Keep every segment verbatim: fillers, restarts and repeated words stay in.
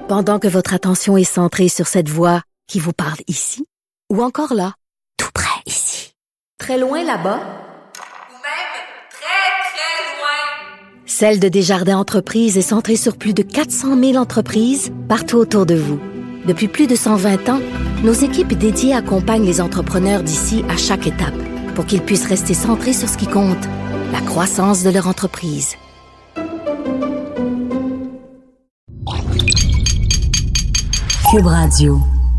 Pendant que votre attention est centrée sur cette voix qui vous parle ici, ou encore là, tout près ici, très loin là-bas, ou même très, très loin. Celle de Desjardins Entreprises est centrée sur plus de quatre cent mille entreprises partout autour de vous. Depuis plus de cent vingt ans, nos équipes dédiées accompagnent les entrepreneurs d'ici à chaque étape pour qu'ils puissent rester centrés sur ce qui compte, la croissance de leur entreprise. Cube Radio.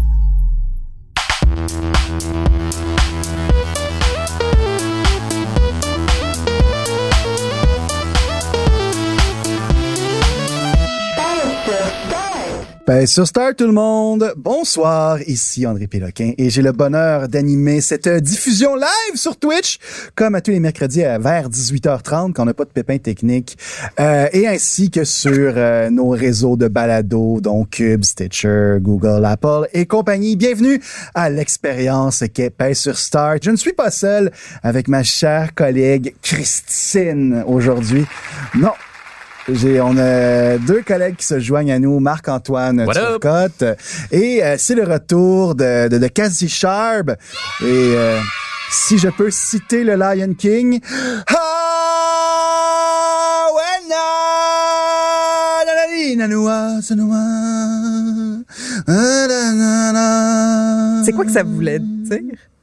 Ben, sur Star tout le monde, bonsoir, ici André Péloquin et j'ai le bonheur d'animer cette diffusion live sur Twitch, comme à tous les mercredis à vers dix-huit heures trente quand on n'a pas de pépins techniques, euh, et ainsi que sur euh, nos réseaux de balado, donc Cube, Stitcher, Google, Apple et compagnie. Bienvenue à l'expérience qu'est Pèse sur Star. Je ne suis pas seul avec ma chère collègue Christine aujourd'hui. Non. J'ai, on a deux collègues qui se joignent à nous, Marc-Antoine Turcotte, et euh, c'est le retour de, de, de Cassie Sharp. Et euh, si je peux citer le Lion King, c'est quoi que ça voulait dire?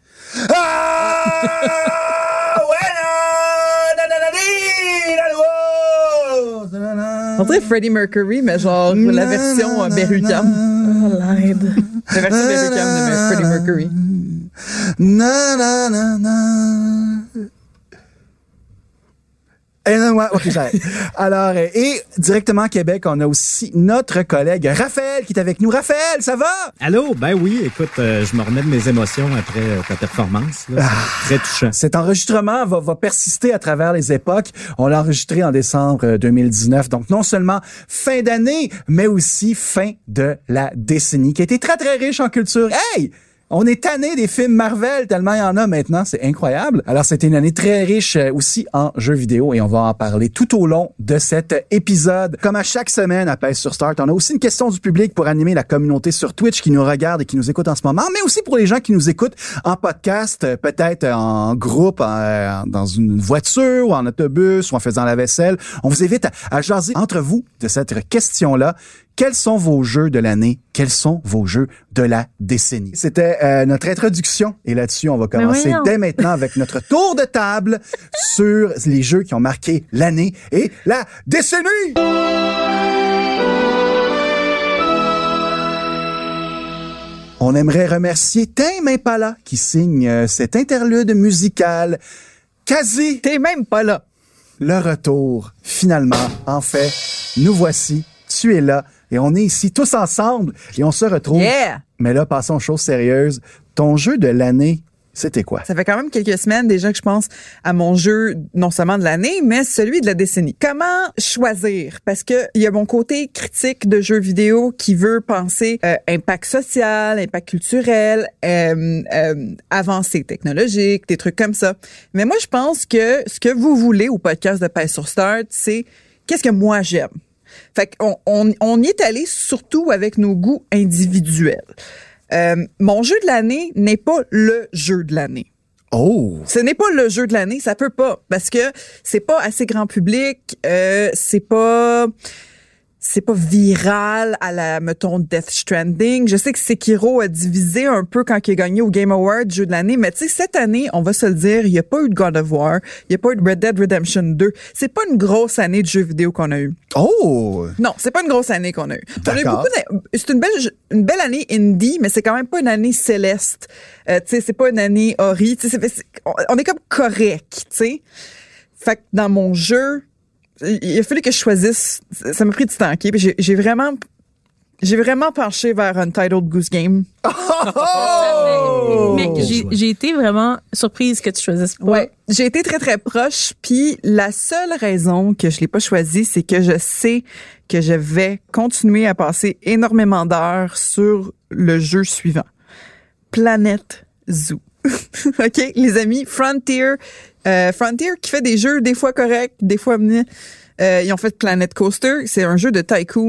On dirait Freddie Mercury, mais genre la version Berry-UQAM. Oh, l'aide. La version Berry-UQAM de Freddie Mercury. Na, na, na, na. Et non, ouais, ok, j'arrête. Alors, et directement à Québec, on a aussi notre collègue Raphaël qui est avec nous. Raphaël, ça va? Allô? Ben oui, écoute, euh, je me remets de mes émotions après euh, ta performance. Là. Ah, très touchant. Cet enregistrement va, va persister à travers les époques. On l'a enregistré en décembre deux mille dix-neuf. Donc, non seulement fin d'année, mais aussi fin de la décennie qui a été très, très riche en culture. Hey! On est tanné des films Marvel tellement il y en a maintenant, c'est incroyable. Alors c'était une année très riche aussi en jeux vidéo et on va en parler tout au long de cet épisode. Comme à chaque semaine à Pèse sur Start, on a aussi une question du public pour animer la communauté sur Twitch qui nous regarde et qui nous écoute en ce moment, mais aussi pour les gens qui nous écoutent en podcast, peut-être en groupe, en, dans une voiture ou en autobus ou en faisant la vaisselle. On vous invite à, à jaser entre vous de cette question-là. Quels sont vos jeux de l'année? Quels sont vos jeux de la décennie? C'était euh, notre introduction et là-dessus, on va commencer dès maintenant avec notre tour de table sur les jeux qui ont marqué l'année et la décennie! On aimerait remercier Tame Impala qui signe euh, cet interlude musical. Quasi! T'es même pas là! Le retour, finalement, en fait, nous voici. Tu es là et on est ici tous ensemble et on se retrouve. Yeah! Mais là, passons aux choses sérieuses. Ton jeu de l'année, c'était quoi? Ça fait quand même quelques semaines déjà que je pense à mon jeu, non seulement de l'année, mais celui de la décennie. Comment choisir? Parce que il y a mon côté critique de jeux vidéo qui veut penser euh, impact social, impact culturel, euh, euh, avancée technologique, des trucs comme ça. Mais moi, je pense que ce que vous voulez au podcast de Pèse sur Start, c'est qu'est-ce que moi j'aime. Fait qu'on on, on y est allé surtout avec nos goûts individuels. Euh, mon jeu de l'année n'est pas le jeu de l'année. Oh! Ce n'est pas le jeu de l'année, ça peut pas, parce que c'est pas assez grand public, euh, c'est pas... c'est pas viral à la, mettons, Death Stranding. Je sais que Sekiro a divisé un peu quand il a gagné au Game Awards jeu de l'année, mais tu sais, cette année, on va se le dire, il y a pas eu de God of War, il y a pas eu de Red Dead Redemption deux. C'est pas une grosse année de jeux vidéo qu'on a eu. Oh! Non, c'est pas une grosse année qu'on a eu. On a eu D'accord. beaucoup de, c'est une belle, une belle année indie, mais c'est quand même pas une année céleste. Euh, tu sais, c'est pas une année Ori. Tu sais, c'est, c'est, on est comme correct, tu sais. Fait que dans mon jeu, il a fallu que je choisisse. Ça m'a pris du temps, OK? Puis j'ai, j'ai vraiment... J'ai vraiment penché vers Untitled Goose Game. Oh! Mais j'ai, j'ai été vraiment surprise que tu choisisses pas. Ouais, j'ai été très, très proche. Puis la seule raison que je l'ai pas choisi, c'est que je sais que je vais continuer à passer énormément d'heures sur le jeu suivant. Planet Zoo. OK, les amis, Frontier. Euh, Frontier qui fait des jeux des fois corrects, des fois... Euh, ils ont fait Planet Coaster. C'est un jeu de tycoon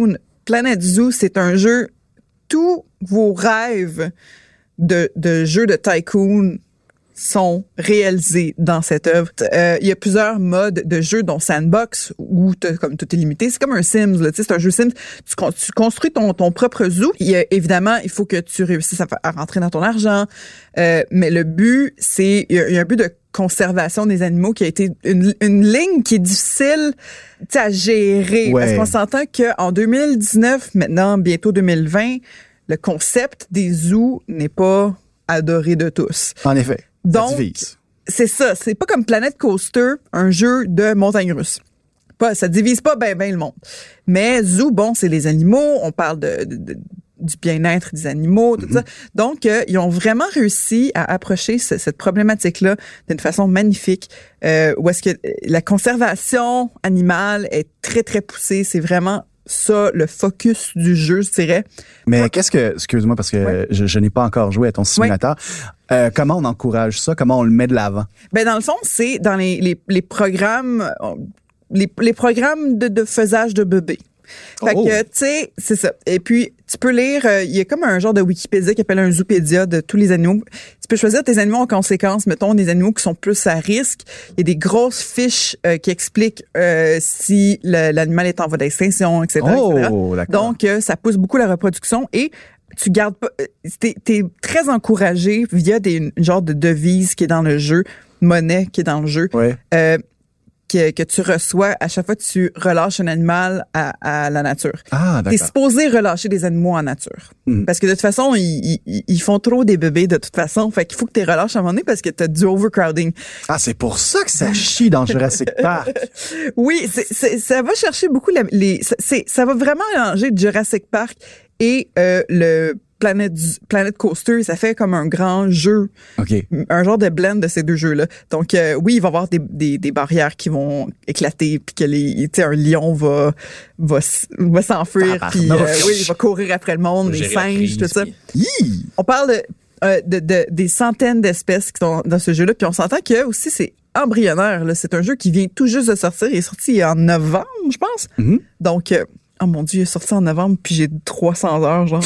Planet Zoo, c'est un jeu, tous vos rêves de, de jeux de tycoon sont réalisés dans cette œuvre. Euh, il y a plusieurs modes de jeu, dont Sandbox, où t'as, comme tout est limité. C'est comme un Sims, là, tu sais, c'est un jeu Sims. Tu, tu construis ton, ton propre zoo. Il y a, évidemment, il faut que tu réussisses à, à rentrer dans ton argent. Euh, mais le but, c'est, il y, a, il y a un but de conservation des animaux qui a été une, une ligne qui est difficile, tu sais, à gérer. Ouais. Parce qu'on s'entend qu'en deux mille dix-neuf, maintenant, bientôt deux mille vingt, le concept des zoos n'est pas adoré de tous. En effet. Donc, ça divise. C'est ça. C'est pas comme Planet Coaster, un jeu de montagne russe. Pas, ça divise pas bien ben le monde. Mais Zoo, bon, c'est les animaux. On parle de, de, de du bien-être des animaux, tout mm-hmm. ça. Donc, euh, ils ont vraiment réussi à approcher ce, cette problématique-là d'une façon magnifique, euh, où est-ce que la conservation animale est très, très poussée. C'est vraiment ça, le focus du jeu, je dirais. Mais qu'est-ce que, excuse-moi, parce que ouais. je, je n'ai pas encore joué à ton simulateur. Ouais. Euh, comment on encourage ça? Comment on le met de l'avant? Ben, dans le fond, c'est dans les, les, les programmes, les, les programmes de, de faisage de bébés. Fait oh. que, tu sais, c'est ça. Et puis, tu peux lire, il euh, y a comme un genre de Wikipédia qui appelle un Zoopédia de tous les animaux. Tu peux choisir tes animaux en conséquence, mettons des animaux qui sont plus à risque. Il y a des grosses fiches euh, qui expliquent euh, si le, l'animal est en voie d'extinction, et cetera, oh, et cetera. Donc, euh, ça pousse beaucoup la reproduction et tu gardes pas, t'es, t'es très encouragé via des, une genre de devise qui est dans le jeu, monnaie qui est dans le jeu. Ouais. Euh, Que, que tu reçois à chaque fois que tu relâches un animal à, à la nature. Ah, d'accord. T'es supposé relâcher des animaux en nature. Mm. Parce que de toute façon, ils, ils, ils font trop des bébés de toute façon. Fait qu'il faut que tu les relâches à un moment donné parce que t'as du overcrowding. Ah, c'est pour ça que ça chie dans Jurassic Park. Oui, c'est, c'est, ça va chercher beaucoup la, les... C'est, ça va vraiment mélanger Jurassic Park et euh, le Planet, Planet Coaster, ça fait comme un grand jeu. Okay. Un genre de blend de ces deux jeux-là. Donc, euh, oui, il va y avoir des, des, des barrières qui vont éclater, puis que les, tu sais, un lion va, va, va s'enfuir, puis euh, oui, il va courir après le monde, les singes, tout ça. Hi! On parle de, euh, de, de, des centaines d'espèces qui sont dans ce jeu-là, puis on s'entend que aussi, c'est embryonnaire. Là. C'est un jeu qui vient tout juste de sortir. Il est sorti en novembre, je pense. Mm-hmm. Donc, euh, oh mon Dieu, il est sorti en novembre, puis j'ai trois cents heures, genre.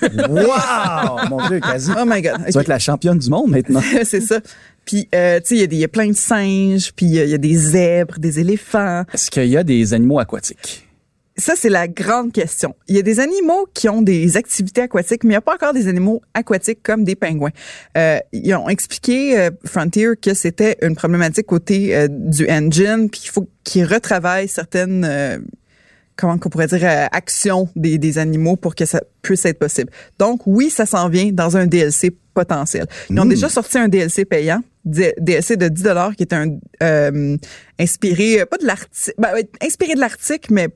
Wow! Mon Dieu, quasi. Oh my God. Tu vas être la championne du monde maintenant. C'est ça. Puis, euh, tu sais, il y, y a plein de singes, puis il y, y a des zèbres, des éléphants. Est-ce qu'il y a des animaux aquatiques? Ça, c'est la grande question. Il y a des animaux qui ont des activités aquatiques, mais il n'y a pas encore des animaux aquatiques comme des pingouins. Euh, ils ont expliqué, euh, Frontier, que c'était une problématique côté euh, du engine, puis il faut qu'ils retravaillent certaines... Euh, comment qu'on pourrait dire, euh, action des, des animaux pour que ça puisse être possible. Donc, oui, ça s'en vient dans un D L C potentiel. Ils ont mmh. déjà sorti un D L C payant, D L C de dix dollars qui est un euh, inspiré, pas de l'Arctique, ben, inspiré de l'Arctique, mais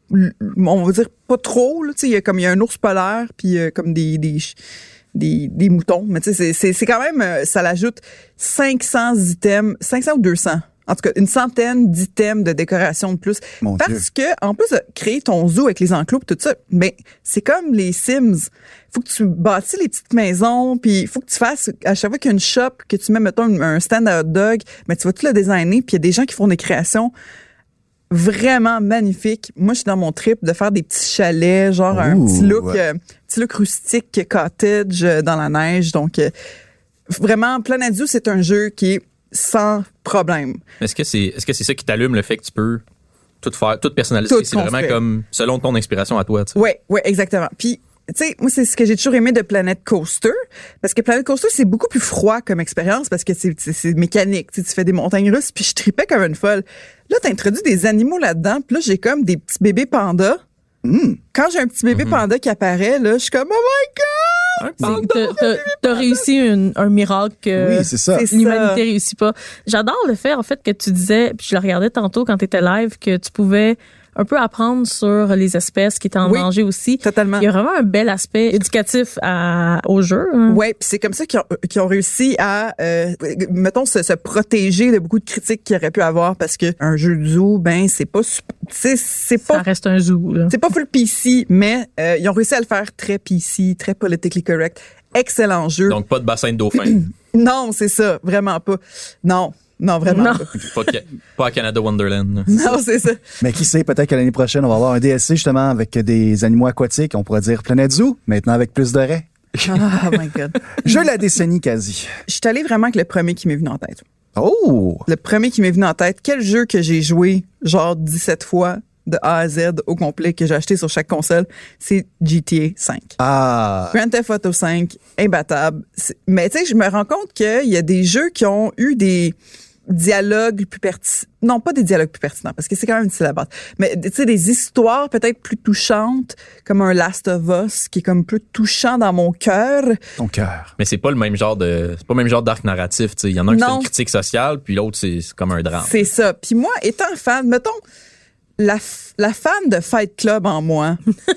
on va dire pas trop. Là, il y a comme il y a un ours polaire, puis euh, comme des... des Des, des moutons. Mais tu sais, c'est, c'est, c'est quand même, ça l'ajoute cinq cents items, cinq cents ou deux cents. En tout cas, une centaine d'items de décoration de plus. Mon Parce Dieu. que, en plus de créer ton zoo avec les enclos et tout ça, ben, c'est comme les Sims. Faut que tu bâtis les petites maisons, puis il faut que tu fasses, à chaque fois qu'il y a une shop, que tu mets, mettons, un stand à hot dog, ben, tu vas tout le designer, puis il y a des gens qui font des créations vraiment magnifiques. Moi, je suis dans mon trip de faire des petits chalets, genre Ouh, un petit look, ouais. euh, petit look rustique, cottage, euh, dans la neige. Donc, euh, vraiment, Planet Zoo, c'est un jeu qui est sans problème. Est-ce que c'est, est-ce que c'est ça qui t'allume, le fait que tu peux tout faire, tout personnaliser? Tout c'est vraiment comme selon ton inspiration à toi, tu sais. Oui, oui, exactement. Puis, tu sais, moi, c'est ce que j'ai toujours aimé de Planet Coaster. Parce que Planet Coaster, c'est beaucoup plus froid comme expérience parce que c'est, c'est, c'est mécanique. Tu sais, tu fais des montagnes russes, puis je tripais comme une folle. Là, t'introduis des animaux là-dedans, puis là, j'ai comme des petits bébés pandas. Mm. Quand j'ai un petit bébé mm-hmm. panda qui apparaît, là, je suis comme, oh my God! Pardon, t'as, t'as, t'as réussi une, un miracle que oui, c'est ça. l'humanité réussit pas. J'adore le fait, en fait, que tu disais, puis je le regardais tantôt quand t'étais live, que tu pouvais un peu apprendre sur les espèces qui étaient en oui, danger aussi. Totalement. Il y a vraiment un bel aspect éducatif à, au jeu. Hein. Oui, puis c'est comme ça qu'ils ont, qu'ils ont réussi à, euh, mettons, se, se protéger de beaucoup de critiques qu'il y aurait pu avoir parce que un jeu de zoo, ben c'est pas, c'est c'est pas. Ça reste un zoo. Là. C'est pas full P C, mais euh, ils ont réussi à le faire très P C, très politically correct. Excellent jeu. Donc pas de bassin de dauphin. Non, c'est ça, vraiment pas. Non. Non, vraiment Non. pas. Pas, ca- pas à Canada Wonderland. Non, c'est ça. Mais qui sait, peut-être que l'année prochaine, on va avoir un D L C justement avec des animaux aquatiques. On pourrait dire Planète Zoo, maintenant avec plus de raies. Oh my God. Jeu de la décennie, quasi. Je suis allée vraiment avec le premier qui m'est venu en tête. Oh! Le premier qui m'est venu en tête, quel jeu que j'ai joué genre dix-sept fois de A à Z au complet que j'ai acheté sur chaque console, c'est G T A cinq. Ah! Grand Theft Auto cinq, imbattable. C'est- Mais tu sais, je me rends compte qu'il y a des jeux qui ont eu des dialogues plus pertinents. Non, pas des dialogues plus pertinents, parce que c'est quand même une syllabe. Mais tu sais, des histoires peut-être plus touchantes, comme un Last of Us, qui est comme plus touchant dans mon cœur. Ton cœur. Mais c'est pas le même genre de, c'est pas le même genre d'arc narratif, tu sais. Il y en a un qui Non. fait une critique sociale, puis l'autre, c'est, c'est comme un drame. C'est ça. Puis moi, étant fan, mettons, la, f- la fan de Fight Club en moi,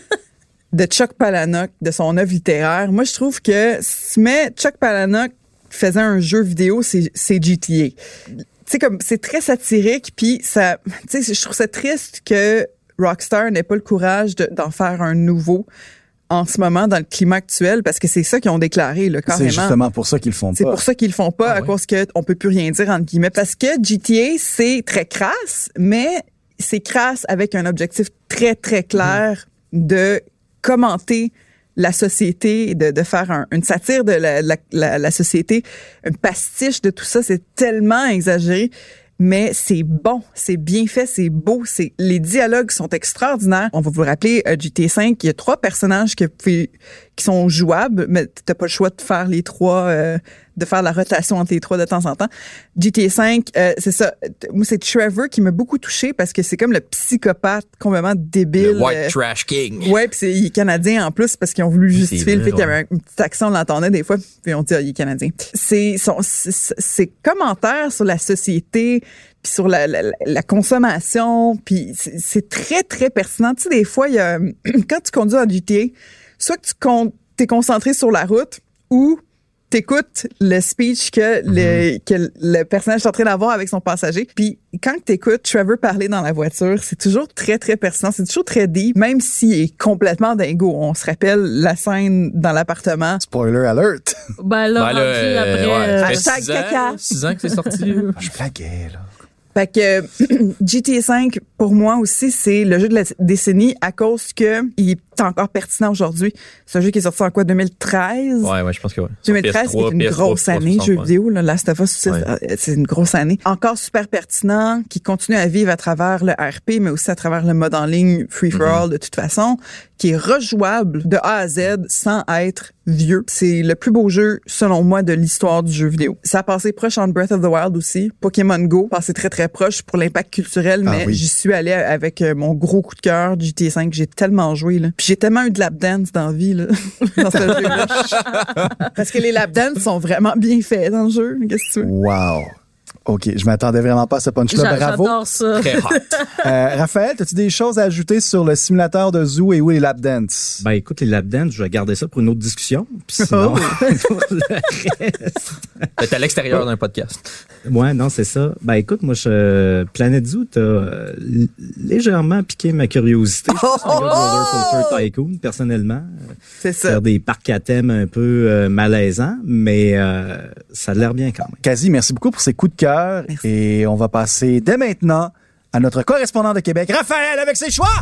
de Chuck Palahniuk, de son œuvre littéraire, moi, je trouve que si tu mets Chuck Palahniuk faisait un jeu vidéo, c'est, c'est G T A. Tu sais, comme, c'est très satirique, puis ça, tu sais, je trouve ça triste que Rockstar n'ait pas le courage de- d'en faire un nouveau en ce moment dans le climat actuel, parce que c'est ça qu'ils ont déclaré, là, carrément. C'est justement pour ça qu'ils le font C'est pas. pour ça qu'ils le font pas, Ah à ouais. cause qu'on peut plus rien dire, entre guillemets. Parce que G T A, c'est très crasse, mais c'est crasse avec un objectif très, très clair de commenter la société, de, de faire un- une satire de la, la, la, la société, un pastiche de tout ça. C'est tellement exagéré. Mais c'est bon, c'est bien fait, c'est beau, c'est les dialogues sont extraordinaires. On va vous rappeler euh, G T A cinq, il y a trois personnages que vous pouvez- qui sont jouables, mais t'as pas le choix de faire les trois, euh, de faire la rotation entre les trois de temps en temps. G T A cinq, euh, c'est ça. Moi, c'est Trevor qui m'a beaucoup touché parce que c'est comme le psychopathe complètement débile. Le White euh, Trash King. Ouais, puis c'est il est canadien en plus parce qu'ils ont voulu justifier C'est le fait vrai, qu'il y avait un petit accent, on l'entendait des fois, puis on dit ah, il est canadien. C'est son c'est- ses commentaires sur la société, puis sur la, la, la consommation, puis c'est, c'est très très pertinent. Tu sais, des fois il y a quand tu conduis en G T A, soit que tu con, t'es concentré sur la route ou t'écoutes le speech que le, que le personnage est en train d'avoir avec son passager. Puis quand t'écoutes Trevor parler dans la voiture, c'est toujours très, très pertinent. C'est toujours très deep, même s'il est complètement dingo. On se rappelle la scène dans l'appartement. Spoiler alert! Ben là, Ben rendu là, après... ouais, euh, ça fait Hashtag six ans, caca. six ans que c'est sorti. Je blaguais, là. Fait que G T A cinq, pour moi aussi, c'est le jeu de la décennie à cause que il est encore pertinent aujourd'hui. C'est un jeu qui est sorti en quoi, deux mille treize? Ouais, ouais, je pense que ouais. deux mille treize, Sur qui est une P S trois, grosse P S trois, année, jeux soixante, vidéo. Là, Last of Us aussi, Ouais. c'est- c'est une grosse année. Encore super pertinent, qui continue à vivre à travers le R P, mais aussi à travers le mode en ligne Free for Mm-hmm. All, de toute façon, qui est rejouable de A à Z sans être vieux. C'est le plus beau jeu, selon moi, de l'histoire du jeu vidéo. Ça a passé proche en Breath of the Wild aussi. Pokémon Go, passé très très proche pour l'impact culturel, Ah mais oui. j'y suis allée avec euh, mon gros coup de cœur, G T A cinq. J'ai tellement joué, là. Puis j'ai tellement eu de lap dance dans la vie, là, dans ce jeu-là. Parce que les lap dance sont vraiment bien faits dans le jeu. Qu'est-ce que tu veux? Wow! OK, je m'attendais vraiment pas à ce punch-là. j'a- Bravo. J'adore ça. Très hot. Euh, Raphaël, as-tu des choses à ajouter sur le simulateur de zoo et où les lap dance? Ben écoute, les lap dance, je vais garder ça pour une autre discussion. Puis sinon, pour le reste. T'es à l'extérieur d'un podcast. Ouais, non, c'est ça. Ben écoute, moi, je, Planet Zoo, t'as euh, l- légèrement piqué ma curiosité. Je suis un gars de Roller Coaster Tycoon, personnellement. C'est ça. Faire des parcs à thème un peu euh, malaisants, mais euh, ça a l'air bien quand même. Quasi, merci beaucoup pour ces coups de cœur. Merci. Et on va passer dès maintenant à notre correspondant de Québec, Raphaël, avec ses choix!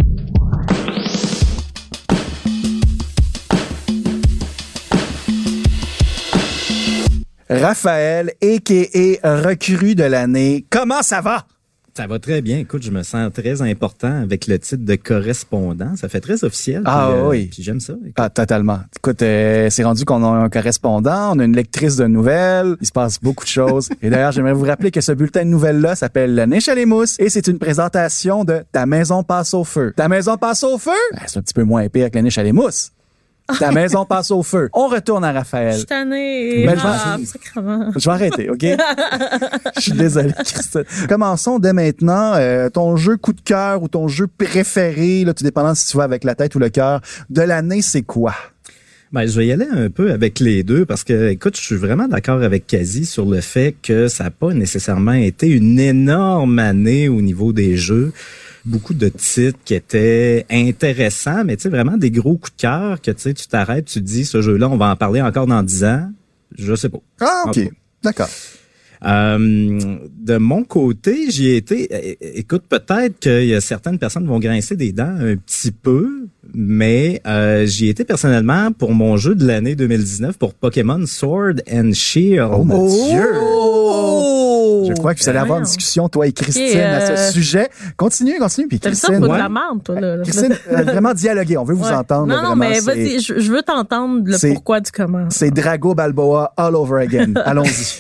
Raphaël, a k a recrue de l'année. Comment ça va? Ça va très bien. Écoute, je me sens très important avec le titre de correspondant. Ça fait très officiel. Ah puis, euh, oui. Puis j'aime ça. Écoute. Ah, totalement. Écoute, euh, c'est rendu qu'on a un correspondant, on a une lectrice de nouvelles, il se passe beaucoup de choses. Et d'ailleurs, j'aimerais vous rappeler que ce bulletin de nouvelles-là s'appelle Le Nez chez les mousses et c'est une présentation de Ta maison passe au feu. Ta maison passe au feu? Ben, c'est un petit peu moins pire que Le Nez chez les mousses. Ta maison passe au feu. On retourne à Je Raphaël. suis tannée. Ben, je Ah, vais- sacrément. Je vais arrêter, OK? Je suis désolé, Christine. Commençons dès maintenant. Euh, ton jeu coup de cœur ou ton jeu préféré, là, tout dépendant si tu vas avec la tête ou le cœur, de l'année, c'est quoi? Ben, je vais y aller un peu avec les deux parce que, écoute, je suis vraiment d'accord avec Kazi sur le fait que ça n'a pas nécessairement été une énorme année au niveau des jeux. Beaucoup de titres qui étaient intéressants, mais tu sais, vraiment des gros coups de cœur que tu sais, tu t'arrêtes, tu te dis, ce jeu-là, on va en parler encore dans dix ans. Je sais pas. Ah, OK. En tout cas. D'accord. Euh, de mon côté, j'y ai été. Écoute, peut-être qu'il y a certaines personnes qui vont grincer des dents un petit peu, mais euh, j'y ai été personnellement pour mon jeu de l'année deux mille dix-neuf pour Pokémon Sword and Shield. Oh mon Dieu! Oh! Je crois que vous allez avoir une discussion, toi et Christine, Okay, euh... à ce sujet. Continue, continue. Puis T'aimes ça, Christine, faut de ouais. la merde, toi, là. Christine, euh, vraiment dialoguer. On veut vous Ouais. entendre. Non, là, non, vraiment, mais c'est- vas-y, je, je veux t'entendre le c'est- pourquoi du comment. C'est Drago Balboa all over again. Allons-y.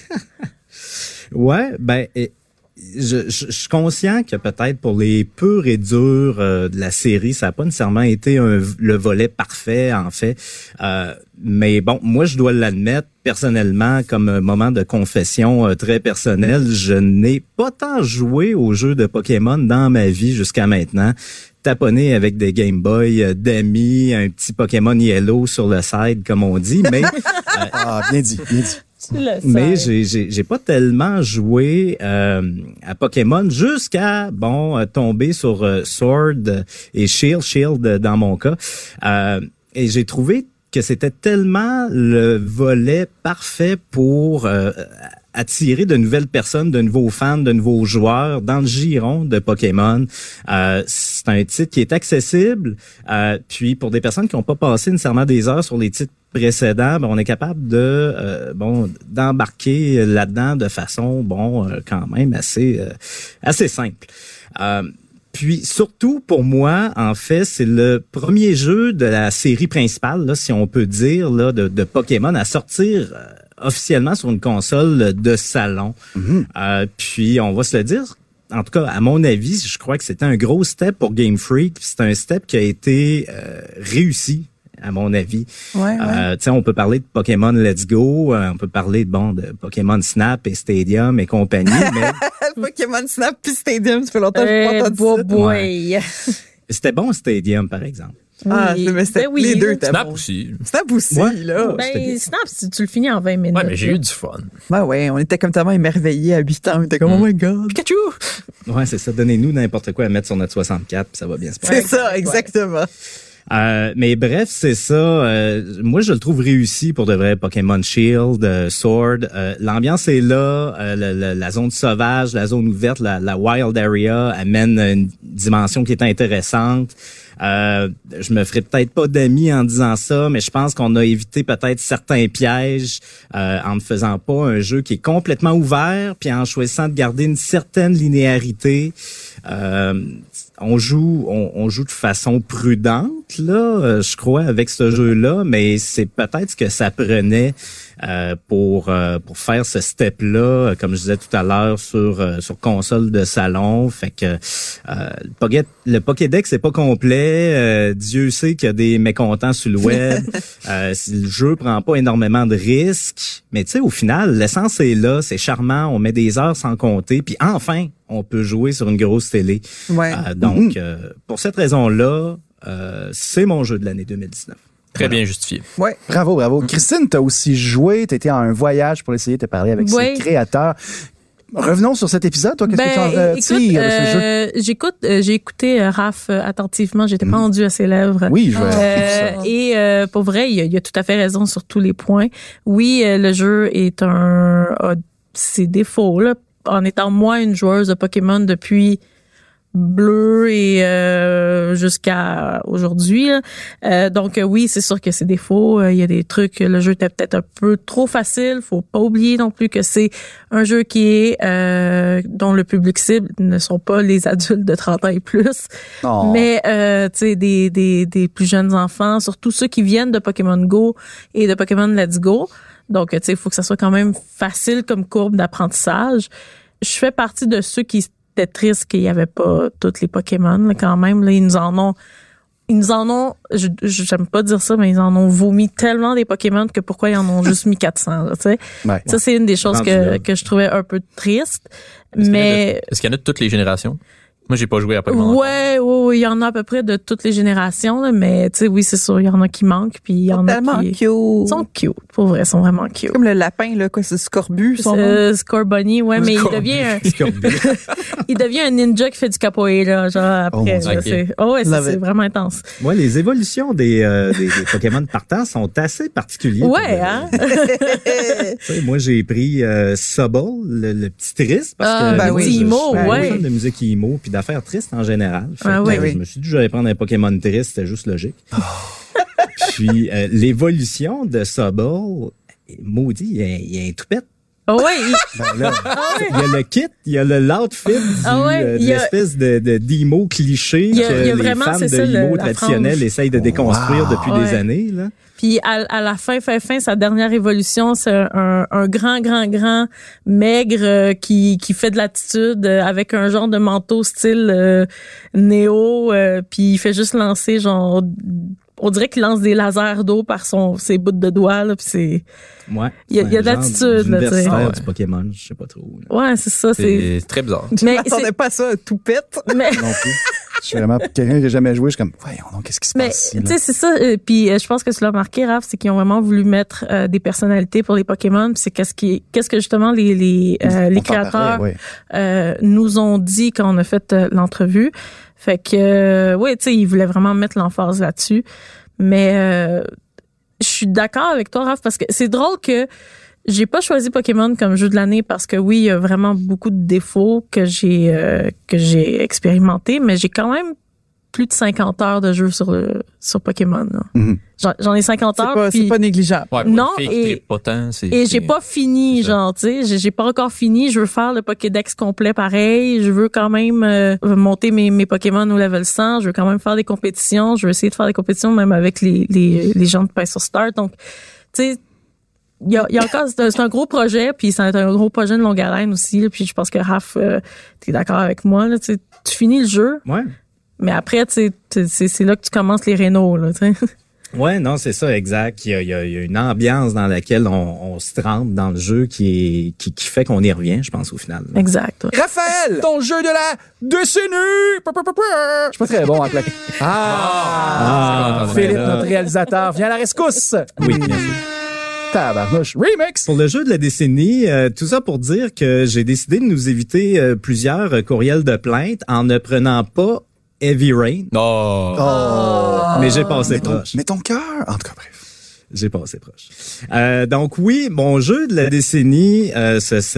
Ouais, ben, et, je, je, je suis conscient que peut-être pour les purs et durs euh, de la série, ça n'a pas nécessairement été un, le volet parfait, en fait. Euh, mais bon, moi, je dois l'admettre, personnellement, comme un moment de confession euh, très personnel, je n'ai pas tant joué aux jeux de Pokémon dans ma vie jusqu'à maintenant. Taponné avec des Game Boy euh, d'amis, un petit Pokémon Yellow sur le side, comme on dit, mais... euh, Ah, bien dit, bien dit. Tu le sais. Mais j'ai j'ai j'ai pas tellement joué euh, à Pokémon jusqu'à bon euh, tomber sur euh, Sword et Shield, Shield euh, dans mon cas. Euh, et j'ai trouvé que c'était tellement le volet parfait pour euh, attirer de nouvelles personnes, de nouveaux fans, de nouveaux joueurs dans le giron de Pokémon. Euh, c'est un titre qui est accessible. Euh, puis pour des personnes qui n'ont pas passé nécessairement des heures sur les titres précédents, ben on est capable de euh, bon d'embarquer là-dedans de façon bon euh, quand même assez euh, assez simple. Euh, Puis surtout pour moi, en fait, c'est le premier jeu de la série principale, là, si on peut dire, là, de, de Pokémon à sortir euh, officiellement sur une console de salon. Mm-hmm. Euh, puis on va se le dire, en tout cas, à mon avis, je crois que c'était un gros step pour Game Freak. C'est un step qui a été euh, réussi, à mon avis. Ouais, ouais. Euh, tu sais, on peut parler de Pokémon Let's Go, euh, on peut parler bon de Pokémon Snap et Stadium et compagnie, mais Pokémon Snap puis Stadium, ça fait longtemps que je Eh, n'ai pas entendu boy, ça. boy. c'était bon Stadium, par exemple. Ah, Oui. c'est- mais c'était Ben oui. les deux étaient Snap bons. aussi. Snap aussi, Ouais. là. Ouais. c'était bien. Ben, Snap, si tu le finis en vingt minutes. Ouais, mais j'ai là. eu du fun. Ben ouais, on était comme tellement émerveillés à huit ans. On était comme, oh my God. Pikachu! Ouais, c'est ça. Donnez-nous n'importe quoi à mettre sur notre soixante-quatre, puis ça va bien se passer. C'est ça, exactement. Euh, mais bref, c'est ça. Euh, moi, je le trouve réussi pour de vrai. Pokémon Shield, euh, Sword. Euh, l'ambiance est là. Euh, la, la, la zone sauvage, la zone ouverte, la, la wild area amène une dimension qui est intéressante. Euh, je me ferai peut-être pas d'amis en disant ça, mais je pense qu'on a évité peut-être certains pièges euh, en ne faisant pas un jeu qui est complètement ouvert, puis en choisissant de garder une certaine linéarité. Euh, on joue, on, on joue de façon prudente là, euh, je crois, avec ce jeu-là, mais c'est peut-être ce que ça prenait euh, pour euh, pour faire ce step-là, comme je disais tout à l'heure, sur euh, sur console de salon. Fait que euh, le, Poké- le Pokédex c'est pas complet. Euh, Dieu sait qu'il y a des mécontents sur le web. euh, si le jeu prend pas énormément de risques, mais tu sais, au final, l'essence est là, c'est charmant. On met des heures sans compter, puis enfin, on peut jouer sur une grosse télé. Ouais. Euh, donc, euh, pour cette raison-là, euh, c'est mon jeu de l'année deux mille dix-neuf. Très bien justifié. Ouais. Bravo, bravo. Christine, t'as aussi joué, t'étais en un voyage pour essayer de te parler avec Oui. ses créateurs. Revenons sur cet épisode. Toi, qu'est-ce Ben, que tu en retires écoute, de ce jeu? euh, j'écoute, euh, j'ai écouté euh, Raph euh, attentivement. J'étais pendu à ses lèvres. Oui, je vais. Euh, et euh, pour vrai, il a, il a tout à fait raison sur tous les points. Oui, euh, le jeu est un a ses défauts là. En étant moi une joueuse de Pokémon depuis Bleu et euh, jusqu'à aujourd'hui. Là. Euh, donc euh, oui, c'est sûr que c'est défaut. Il y a des trucs. Le jeu était peut-être un peu trop facile. Faut pas oublier non plus que c'est un jeu qui est euh, dont le public cible ne sont pas les adultes de trente ans et plus, Oh. mais euh, tu sais des des des plus jeunes enfants, surtout ceux qui viennent de Pokémon Go et de Pokémon Let's Go. Donc tu sais, il faut que ça soit quand même facile comme courbe d'apprentissage. Je fais partie de ceux qui c'était triste qu'il y avait pas tous les Pokémon là, quand même là, ils nous en ont ils nous en ont je j'aime pas dire ça mais ils en ont vomi tellement des Pokémon que pourquoi ils en ont juste mis quatre cents tu sais. Ouais. Ça c'est une des choses Rendu que là. que je trouvais un peu triste Est-ce qu'il y en a mais de- Est-ce qu'il y en a de toutes les générations? Moi, j'ai pas joué à Pokémon. Ouais, ouais, ouais, il y en a à peu près de toutes les générations, là, mais tu sais, oui, c'est sûr, il y en a qui manquent, puis il y en a Tellement qui... cute. Ils sont cute, pour vrai, ils sont vraiment cute. Comme le lapin, là, quoi, c'est Scorbut, son nom. Euh, Scorbunny, ouais, mais il devient un, il devient un ninja qui fait du capoeira, genre, Oh, après. mon là, Dieu. c'est, oh, ouais, c'est, Love c'est it. vraiment intense. Moi, les évolutions des, euh, des, des Pokémon partants sont assez particulières. Ouais, hein? Tu sais, moi, j'ai pris euh, Sobble, le, le petit triste, parce Ah, que ben moi, oui. je- je suis Emo, un ouais. fan de musique emo, puis d'affaires tristes en général. Fait Ah que, oui. euh, Je me suis dit que j'allais prendre un Pokémon triste, c'était juste logique. Puis euh, l'évolution de Sobble, maudit, il y a, il y a un toupette. Oh, ouais, il- Ben là, Il y a le kit, il y a le l'outfit du, Ah ouais, euh, de il y a- l'espèce de, de d'emo cliché Il y a- que il y a les vraiment, fans c'est de ça, le- emo la traditionnels frange. essayent de déconstruire Wow. depuis Ouais. des années. Là. Puis à, à la fin, fin, fin, sa dernière évolution, c'est un, un grand, grand, grand maigre euh, qui, qui fait de l'attitude euh, avec un genre de manteau style euh, néo, euh, puis il fait juste lancer genre, on dirait qu'il lance des lasers d'eau par son ses bouts de doigts là, puis c'est Ouais, Il y a- c'est il y a un de genre l'attitude, là, tu sais. d'universitaire Ouais. du Pokémon, je sais pas trop. là. ouais, c'est ça, c'est C'est très bizarre. Je mais m'attendais c'est pas à ça, tout pète. mais non plus. Je suis vraiment quelqu'un qui a jamais joué. Je suis comme, voyons donc, qu'est-ce qui se Mais passe ici, tu là? sais c'est ça euh, puis euh, je pense que tu l'as remarqué Raph, c'est qu'ils ont vraiment voulu mettre euh, des personnalités pour les Pokémon, puis c'est qu'est-ce qui qu'est-ce que justement les les euh, les On t'en parlait, créateurs ouais. euh, nous ont dit quand on a fait euh, l'entrevue. Fait que euh, oui, tu sais, ils voulaient vraiment mettre l'emphase là-dessus. Mais euh, je suis d'accord avec toi Raph, parce que c'est drôle que j'ai pas choisi Pokémon comme jeu de l'année parce que oui, il y a vraiment beaucoup de défauts que j'ai euh, que j'ai expérimenté, mais j'ai quand même plus de cinquante heures de jeu sur le sur Pokémon. là. Mhm. J'en, j'en ai cinquante C'est heures. pas, puis- c'est pas négligeable. Ouais, pour Non, une fille qui et- trippe pas tant, c'est, et c'est- j'ai pas fini, c'est ça. genre, tu sais, j'ai, j'ai pas encore fini. Je veux faire le Pokédex complet pareil. Je veux quand même euh, monter mes, mes Pokémon au level cent. Je veux quand même faire des compétitions. Je veux essayer de faire des compétitions même avec les, les, les gens de Pincer Start. Donc, tu sais, il y a, il y a encore, c'est un, c'est un gros projet, puis c'est un, un gros projet de longue haleine aussi. Là, puis je pense que Raph, euh, t'es d'accord avec moi. Là, tu sais, tu finis le jeu, Ouais. mais après, tu sais, t'es- c'est, c'est là que tu commences les rénaux. Là, tu sais. Ouais, non, c'est ça, exact. Il y a, il y a, il y a une ambiance dans laquelle on, on se trempe dans le jeu qui est qui, qui fait qu'on y revient, je pense, au final. là. Exact. ouais. Raphaël, ton jeu de la décennie! Pa, pa, pa, pa. Je suis pas très bon en claquer. Ah! Ah, Philippe, ben là. notre réalisateur, viens à la rescousse! Oui, bien sûr. Tabarnouche. Remix! Pour le jeu de la décennie, euh, tout ça pour dire que j'ai décidé de nous éviter euh, plusieurs euh, courriels de plainte en ne prenant pas Heavy Rain, Oh. Oh! mais j'ai passé Mais ton, proche. mais ton cœur, en tout cas, bref. J'ai passé proche. Euh, donc oui, mon jeu de la décennie, euh, ce serait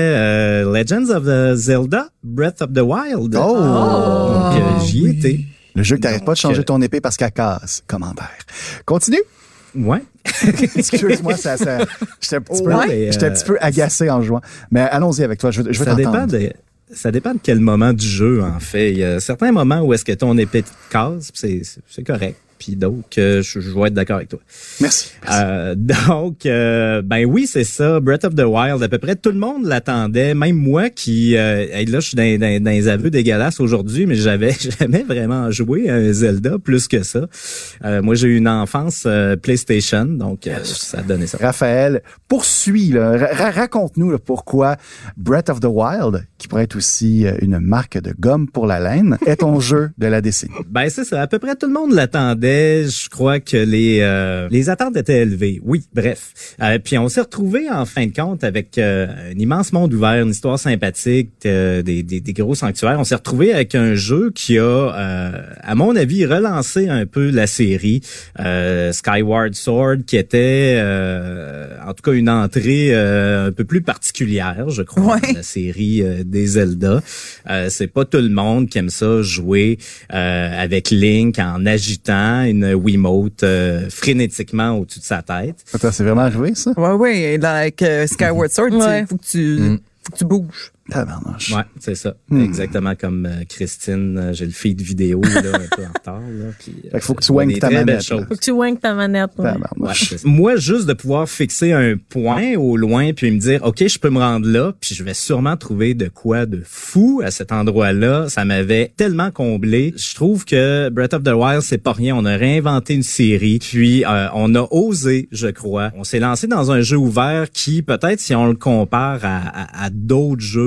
euh, Legends of the Zelda, Breath of the Wild. Oh! Donc euh, j'y étais. Le jeu que t'arrêtes pas de Donc, changer euh, ton épée parce qu'elle casse. Commentaire. Continue. Ouais. Excuse-moi, ça, ça, j'étais un petit peu, Ouais, mais, j'étais un euh, petit peu agacé en jouant. Mais allons-y avec toi, je veux, je veux Ça dépend t'entendre. de ça dépend de quel moment du jeu en fait. Il y a certains moments où est-ce que ton épée te casse, puis c'est c'est- c'est correct. Puis d'autres que je, je vais être d'accord avec toi. Merci. Merci. Euh, donc, euh, ben oui, c'est ça. Breath of the Wild, à peu près tout le monde l'attendait. Même moi qui, euh, hey, là, je suis dans, dans, dans les aveux dégueulasses aujourd'hui, mais j'avais jamais vraiment joué à un Zelda plus que ça. Euh, moi, j'ai eu une enfance euh, PlayStation, donc euh, ça a donné ça. Raphaël, poursuis, là. Ra- raconte-nous là, pourquoi Breath of the Wild, qui pourrait être aussi euh, une marque de gomme pour la laine, est ton jeu de la décennie. Ben c'est ça, à peu près tout le monde l'attendait. Je crois que les euh, les attentes étaient élevées. Oui, bref. Euh, puis on s'est retrouvé en fin de compte avec euh, un immense monde ouvert, une histoire sympathique, euh, des, des des gros sanctuaires. On s'est retrouvé avec un jeu qui a, euh, à mon avis, relancé un peu la série euh, Skyward Sword, qui était euh, en tout cas une entrée euh, un peu plus particulière, je crois, Ouais. dans la série euh, des Zelda. Euh, c'est pas tout le monde qui aime ça jouer euh, avec Link en agitant une Wiimote euh, frénétiquement au-dessus de sa tête. Attends, c'est vraiment arrivé, ça? Ouais, ouais. Dans avec, euh, Skyward Sword, tu sais, Ouais. faut que tu, Mm. faut que tu bouges. Tabarnouche. Ouais, c'est ça. Hmm. Exactement comme euh, Christine, euh, j'ai le feed vidéo là, un peu en retard. Là, puis, euh, Fait qu'il faut que tu je vois wanques des ta très belles manette, choses. là. Faut que tu wanks ta manette. ouais. Ouais, Tabarnouche. c'est ça. Moi, juste de pouvoir fixer un point au loin puis me dire, OK, je peux me rendre là, puis je vais sûrement trouver de quoi de fou à cet endroit-là. Ça m'avait tellement comblé. Je trouve que Breath of the Wild, c'est pas rien. On a réinventé une série, puis euh, on a osé, je crois. On s'est lancé dans un jeu ouvert qui, peut-être, si on le compare à, à, à d'autres jeux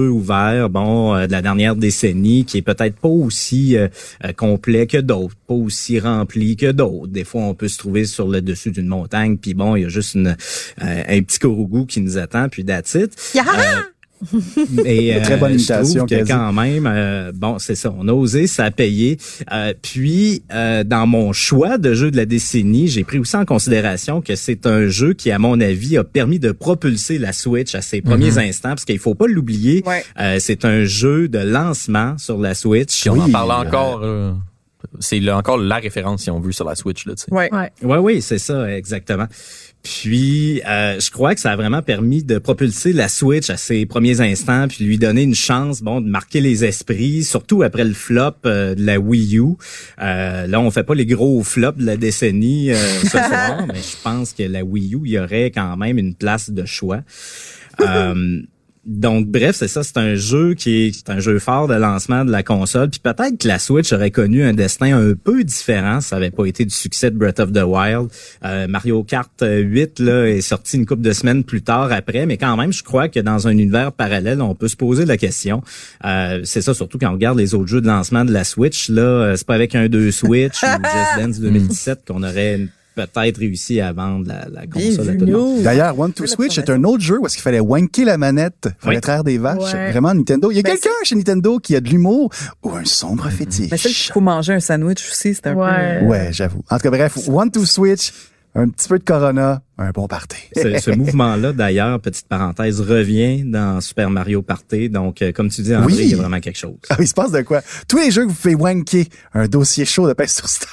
jeux ouverts, bon, euh, de la dernière décennie, qui est peut-être pas aussi euh, euh, complet que d'autres, pas aussi rempli que d'autres. Des fois, on peut se trouver sur le dessus d'une montagne, puis bon, il y a juste une, euh, un petit Korogu qui nous attend, puis that's it. Yeah! Euh, Et, euh, Très bonne imitation, je trouve que quasi. quand même, euh, bon, c'est ça, on a osé, ça a payé. Euh, puis, euh, dans mon choix de jeu de la décennie, j'ai pris aussi en considération que c'est un jeu qui, à mon avis, a permis de propulser la Switch à ses premiers Mm-hmm. instants, parce qu'il faut pas l'oublier. Ouais. Euh, c'est un jeu de lancement sur la Switch. Puis on en Oui, parle euh, encore. euh, c'est là, encore la référence, si on veut, sur la Switch. Là, tu sais. Ouais. Ouais. Ouais, oui, c'est ça, exactement. Puis, euh, je crois que ça a vraiment permis de propulser la Switch à ses premiers instants, puis lui donner une chance, bon, de marquer les esprits, surtout après le flop euh, de la Wii U. Euh, là, on fait pas les gros flops de la décennie euh, ce soir, mais je pense que la Wii U, il y aurait quand même une place de choix. Euh, Donc, bref, c'est ça, c'est un jeu qui est, c'est un jeu fort de lancement de la console. Puis peut-être que la Switch aurait connu un destin un peu différent si ça avait pas été du succès de Breath of the Wild. Euh, Mario Kart huit là, est sorti une couple de semaines plus tard après, mais quand même, je crois que dans un univers parallèle, on peut se poser la question. Euh, c'est ça, surtout quand on regarde les autres jeux de lancement de la Switch. Là, euh, c'est pas avec un deux Switch ou Just Dance deux mille dix-sept qu'on aurait peut-être réussi à vendre la, la console à tout le monde. D'ailleurs, One to Switch est un autre jeu où est-ce qu'il fallait wanker la manette, il fallait Oui. traire des vaches. Ouais. Vraiment, Nintendo. Il y a Ben, quelqu'un chez Nintendo qui a de l'humour ou un sombre fétiche. Mais ça, il faut manger un sandwich aussi, c'est un Ouais. peu... Ouais, j'avoue. En tout cas, bref, One to Switch, un petit peu de Corona, un bon party. Ce, ce mouvement-là, d'ailleurs, petite parenthèse, revient dans Super Mario Party. Donc, euh, comme tu dis, André, Oui. il y a vraiment quelque chose. Ah, il se passe de quoi? Tous les jeux que vous pouvez wanker, un dossier chaud de Pèse sur Star.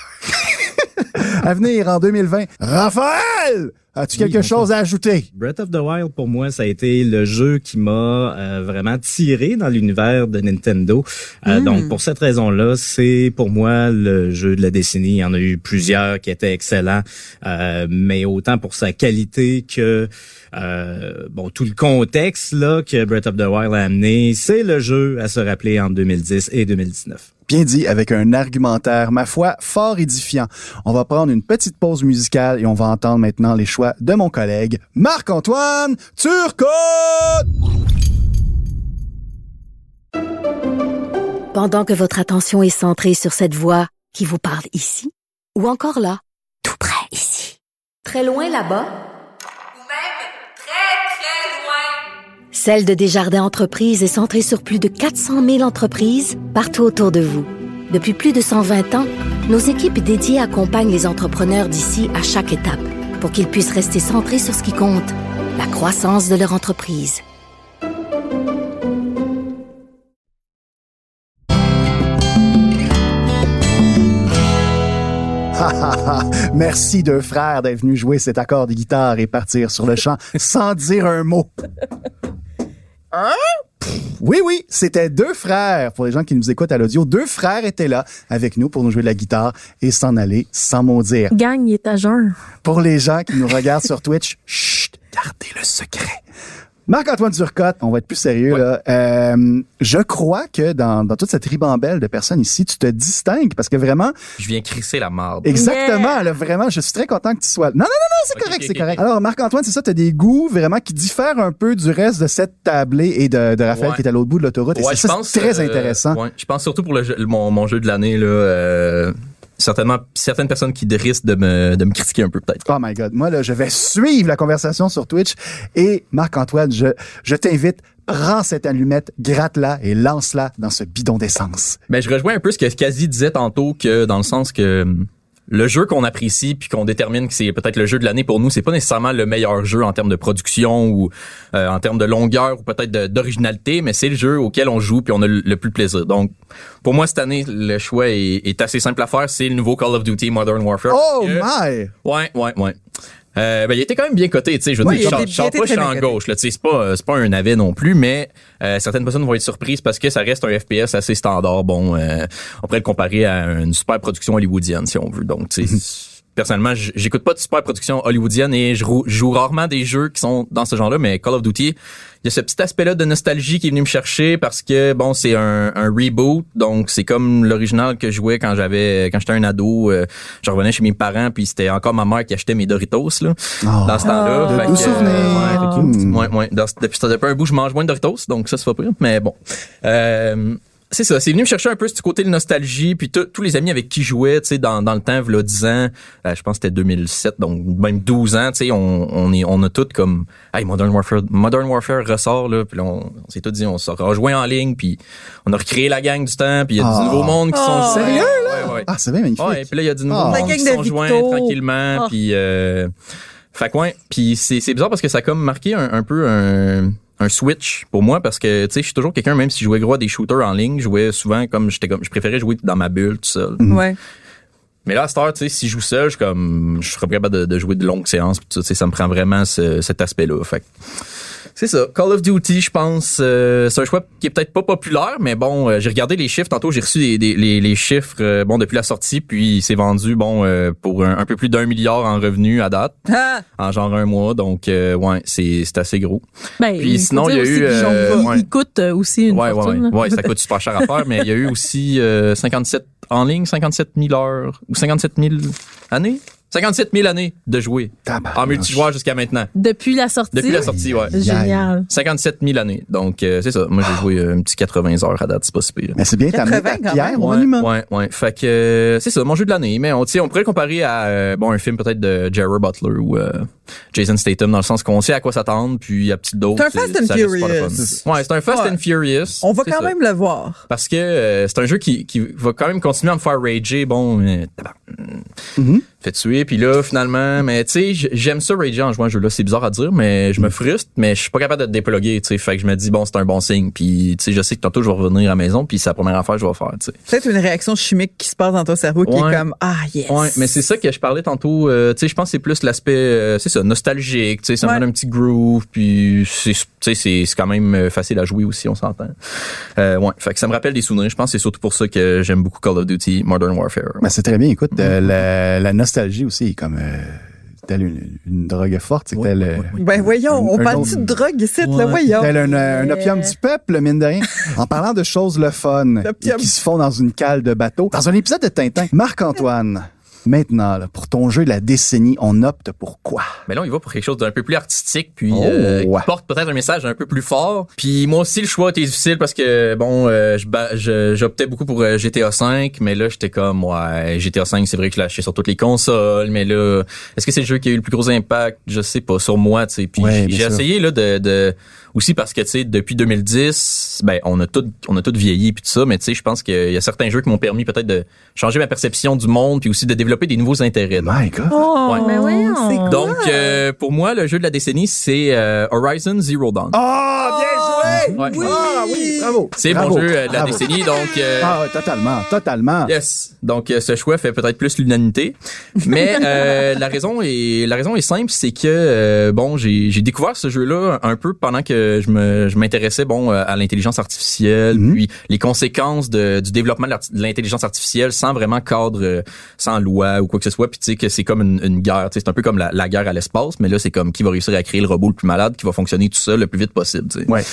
À venir en deux mille vingt. Raphaël! As-tu Oui, quelque mon chose à ajouter? Breath of the Wild, pour moi, ça a été le jeu qui m'a euh, vraiment tiré dans l'univers de Nintendo. Euh, Mm. Donc, pour cette raison-là, c'est pour moi le jeu de la décennie. Il y en a eu plusieurs qui étaient excellents, euh, mais autant pour sa qualité que euh, bon tout le contexte là que Breath of the Wild a amené. C'est le jeu à se rappeler en deux mille dix et deux mille dix-neuf. Bien dit, avec un argumentaire, ma foi, fort édifiant. On va prendre une petite pause musicale et on va entendre maintenant les choix de mon collègue Marc-Antoine Turcotte! Pendant que votre attention est centrée sur cette voix qui vous parle ici, ou encore là, tout près ici, très loin là-bas, Ou même très, très loin. Celle de Desjardins Entreprises est centrée sur plus de quatre cent mille entreprises partout autour de vous. Depuis plus de cent vingt ans, nos équipes dédiées accompagnent les entrepreneurs d'ici à chaque étape pour qu'ils puissent rester centrés sur ce qui compte, la croissance de leur entreprise. Merci deux frères d'être venus jouer cet accord de guitare et partir sur le champ sans dire un mot. Oui, oui, c'était deux frères. Pour les gens qui nous écoutent à l'audio, deux frères étaient là avec nous pour nous jouer de la guitare et s'en aller sans mot dire. Gang, il est à jeun. Pour les gens qui nous regardent sur Twitch, chut, gardez le secret. Marc-Antoine Turcotte, on va être plus sérieux, Ouais. là. Euh, je crois que dans, dans toute cette ribambelle de personnes ici, tu te distingues parce que vraiment, Je viens crisser la marde. exactement, Yeah. là, vraiment, je suis très content que tu sois là. Non, non, non, non, c'est Ok, correct, ok, c'est ok. correct. Alors, Marc-Antoine, c'est ça, tu as des goûts vraiment qui diffèrent un peu du reste de cette tablée et de, de Raphaël Ouais. qui est à l'autre bout de l'autoroute. et Ouais, c'est je ça, pense c'est très euh, intéressant. Ouais, je pense surtout pour le jeu- mon, mon jeu de l'année là. Euh, certainement certaines personnes qui risquent de me de me critiquer un peu peut-être. Oh my God. Moi, là, je vais suivre la conversation sur Twitch. Et Marc-Antoine, je, je t'invite, prends cette allumette, gratte-la et lance-la dans ce bidon d'essence. Ben je rejoins un peu ce que Kazi disait tantôt, que dans le sens que hum, le jeu qu'on apprécie puis qu'on détermine que c'est peut-être le jeu de l'année pour nous, c'est pas nécessairement le meilleur jeu en termes de production ou euh, en termes de longueur ou peut-être de- d'originalité, mais c'est le jeu auquel on joue puis on a le, le plus de plaisir. Donc pour moi cette année, le choix est, est assez simple à faire, c'est le nouveau Call of Duty Modern Warfare. Oh Euh, my! Ouais, ouais, ouais. Euh, ben, il était quand même bien coté, tu sais. Je veux Ouais, dire, il je était- je sors il était pas très champ bien coté. gauche, là, tu sais. C'est pas, euh, c'est pas un navet non plus, mais euh, certaines personnes vont être surprises parce que ça reste un F P S assez standard. Bon, euh, on pourrait le comparer à une super production hollywoodienne, si on veut. Donc, tu sais, personnellement, j'écoute pas de super production hollywoodienne et je joue rarement des jeux qui sont dans ce genre-là, mais Call of Duty, il y a ce petit aspect-là de nostalgie qui est venu me chercher parce que bon, c'est un, un reboot, donc c'est comme l'original que je jouais quand j'avais quand j'étais un ado. Euh, je revenais chez mes parents puis c'était encore ma mère qui achetait mes Doritos là oh. dans ce temps-là. Oh. De doux souvenirs. Ouais, ouais, ouais. Dans, depuis ça depuis un bout, je mange moins de Doritos, donc ça c'est pas pire. Mais bon. Euh, C'est ça, c'est venu me chercher un peu ce côté de nostalgie, puis tous les amis avec qui je jouais, tu sais, dans, dans le temps, v'là dix ans, euh, je pense que c'était deux mille sept, donc même douze ans, tu sais, on, on est, on a tout comme, hey, Modern Warfare, Modern Warfare ressort, là, puis là, on, on s'est tous dit, on s'est rejoint en ligne, puis on a recréé la gang du temps, puis il y a oh. du nouveau monde qui oh. sont sérieux, là? Ouais, ouais. Ah, c'est bien magnifique. Ouais, puis là, il y a du nouveau oh. monde qui sont joints tranquillement, oh. puis euh, fait que ouais, puis c'est, c'est bizarre parce que ça a comme marqué un, un peu un... un switch pour moi parce que tu sais je suis toujours quelqu'un, même si je jouais gros à des shooters en ligne, je jouais souvent comme j'étais comme je préférais jouer dans ma bulle tout seul. Mm-hmm. Ouais. Mais là à cette heure, tu sais si je joue seul, je comme je serais pas capable de, de jouer de longues séances, tu sais ça me prend vraiment ce, cet aspect-là. Fait que c'est ça. Call of Duty, je pense, euh, c'est un choix qui est peut-être pas populaire, mais bon, euh, j'ai regardé les chiffres. Tantôt, j'ai reçu des, des, les, les chiffres, euh, bon, depuis la sortie, puis il s'est vendu, bon, euh, pour un, un peu plus d'un milliard en revenus à date, ah! en genre un mois. Donc, euh, ouais, c'est, c'est assez gros. Ben, puis sinon, il y a eu, euh, il, ouais. il coûte aussi une ouais, fortune. Ouais, ouais, ouais, ça coûte super cher à faire, mais il y a eu aussi euh, cinquante-sept en ligne, cinquante-sept mille heures ou cinquante-sept mille années. cinquante-sept mille années de jouer Tabarnak. en multijoueur jusqu'à maintenant. Depuis la sortie? Depuis la sortie, ouais. Génial. cinquante-sept mille années. Donc, euh, c'est ça. Moi, j'ai joué un petit quatre-vingts heures à date. C'est pas si pire. Mais c'est bien t'amener ta pierre au monument. Ouais, ouais. Fait que, euh, c'est ça, mon jeu de l'année. Mais on, on pourrait le comparer à, euh, bon, un film peut-être de Gerard Butler ou euh, Jason Statham, dans le sens qu'on sait à quoi s'attendre, puis il y a petite d'autres. C'est un Fast and Furious. Ouais, c'est un Fast ouais. and Furious. On va quand ça. même le voir. Parce que euh, c'est un jeu qui, qui va quand même continuer à me faire rager. Bon, euh, mm-hmm. fait tuer, puis là, finalement, mais tu sais, j'aime ça rager en jouant à un jeu-là. C'est bizarre à dire, mais je me frustre, mais je suis pas capable de te déploguer, tu sais. Fait que je me dis, bon, c'est un bon signe, puis tu sais, je sais que tantôt, je vais revenir à la maison, puis c'est la première affaire que je vais faire, tu sais. Peut-être une réaction chimique qui se passe dans ton cerveau qui ouais. est comme, ah, yes. Ouais, mais c'est ça que je parlais tantôt, euh, tu sais, je pense que c'est plus l'aspect, euh, c'est ça, nostalgique, tu sais, ça me ouais. donne un petit groove, puis c'est, tu sais, c'est, c'est quand même facile à jouer aussi, on s'entend. Euh, ouais, fait que ça me rappelle des souvenirs. Je pense que c'est surtout pour ça que j'aime beaucoup Call of Duty Modern Warfare. Ben, c'est très bien. Écoute, euh, la, la nostalgie aussi, comme euh, telle une, une drogue forte, c'est ouais, tel. ouais, ouais. Ben voyons, un, on un parle-tu de drogue ici, ouais. là, voyons. Tel un, un opium du peuple, mine de rien. En parlant de choses le fun qui se font dans une cale de bateau. Dans un épisode de Tintin, Marc-Antoine. Maintenant, là, pour ton jeu de la décennie, on opte pour quoi? Mais là, on y va pour quelque chose d'un peu plus artistique, puis oh, euh, ouais. qui porte peut-être un message un peu plus fort. Puis moi aussi, le choix était difficile parce que, bon, euh, je, je, j'optais beaucoup pour euh, G T A cinq, mais là, j'étais comme, ouais, G T A cinq, c'est vrai que je l'ai acheté sur toutes les consoles, mais là, est-ce que c'est le jeu qui a eu le plus gros impact? Je sais pas, sur moi, tu sais. Puis ouais, j'ai essayé, là, de... de aussi parce que, tu sais, depuis deux mille dix, ben, on a tout, on a tout vieilli puis tout ça, mais tu sais, je pense qu'il y a certains jeux qui m'ont permis peut-être de changer ma perception du monde puis aussi de développer des nouveaux intérêts. My God! Oh, ouais. mais voyons. C'est cool. Donc, euh, pour moi, le jeu de la décennie, c'est euh, Horizon Zero Dawn. Oh, bien joué! Ouais. Oui. Ah oui, bravo! C'est bravo. mon jeu euh, de la Bravo. décennie, donc... Euh, ah, ouais, totalement, totalement. Yes. Donc, euh, ce choix fait peut-être plus l'unanimité. Mais euh, la raison est la raison est simple, c'est que, euh, bon, j'ai, j'ai découvert ce jeu-là un peu pendant que je me je m'intéressais, bon, à l'intelligence artificielle, mm-hmm. puis les conséquences de, du développement de l'intelligence artificielle sans vraiment cadre, sans loi ou quoi que ce soit. Puis tu sais que c'est comme une, une guerre, tu sais, c'est un peu comme la, la guerre à l'espace, mais là, c'est comme qui va réussir à créer le robot le plus malade, qui va fonctionner tout seul le plus vite possible, tu sais. Ouais.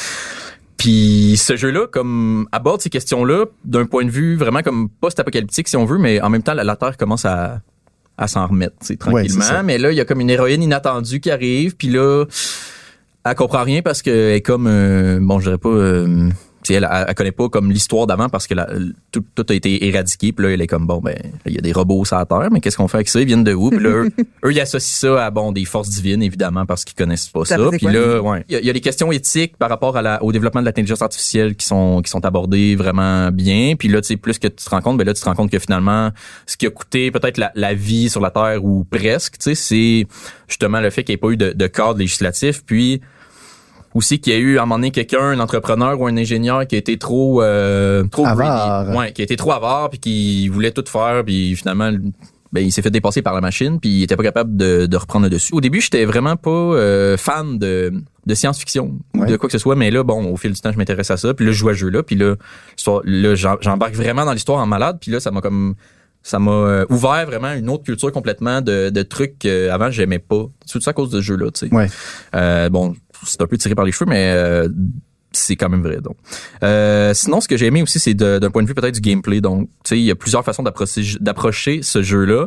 Puis ce jeu-là, comme aborde ces questions-là d'un point de vue vraiment comme post-apocalyptique si on veut, mais en même temps la, la Terre commence à à s'en remettre, tu sais, tranquillement. Ouais, mais là, il y a comme une héroïne inattendue qui arrive, puis là, elle comprend rien parce que elle est comme euh, bon, je dirais pas. Euh, Elle, elle, elle connaît pas comme l'histoire d'avant parce que la, tout, tout a été éradiqué. Puis là, elle est comme, bon, ben, il y a des robots sur la Terre, mais qu'est-ce qu'on fait avec ça? Ils viennent de où? Puis là, eux, eux, ils associent ça à, bon, des forces divines, évidemment, parce qu'ils connaissent pas ça. Puis là, ouais, il y, y a des questions éthiques par rapport à la, au développement de l'intelligence artificielle qui sont, qui sont abordées vraiment bien. Puis là, tu sais, plus que tu te rends compte, ben là, tu te rends compte que finalement, ce qui a coûté peut-être la, la vie sur la Terre ou presque, tu sais, c'est justement le fait qu'il n'y ait pas eu de, de cadre législatif. Puis, aussi qu'il y a eu à un moment donné quelqu'un, un entrepreneur ou un ingénieur qui a été trop euh, trop avare. greedy. Ouais, qui a été trop avare puis qui voulait tout faire puis finalement ben il s'est fait dépasser par la machine puis il était pas capable de, de reprendre le dessus. Au début, j'étais vraiment pas euh, fan de de science-fiction ou ouais. de quoi que ce soit, mais là bon, au fil du temps, je m'intéresse à ça puis là je joue à ce jeu là puis là, là j'embarque vraiment dans l'histoire en malade puis là ça m'a comme Ça m'a euh, ouvert vraiment une autre culture complètement de, de trucs qu'avant j'aimais pas. C'est tout ça à cause de ce jeu-là, tu sais. Ouais. Euh, bon, c'est un peu tiré par les cheveux, mais euh, c'est quand même vrai. Donc, euh, sinon, ce que j'ai aimé aussi, c'est de, d'un point de vue peut-être du gameplay. Donc, tu sais, il y a plusieurs façons d'approcher, d'approcher ce jeu-là.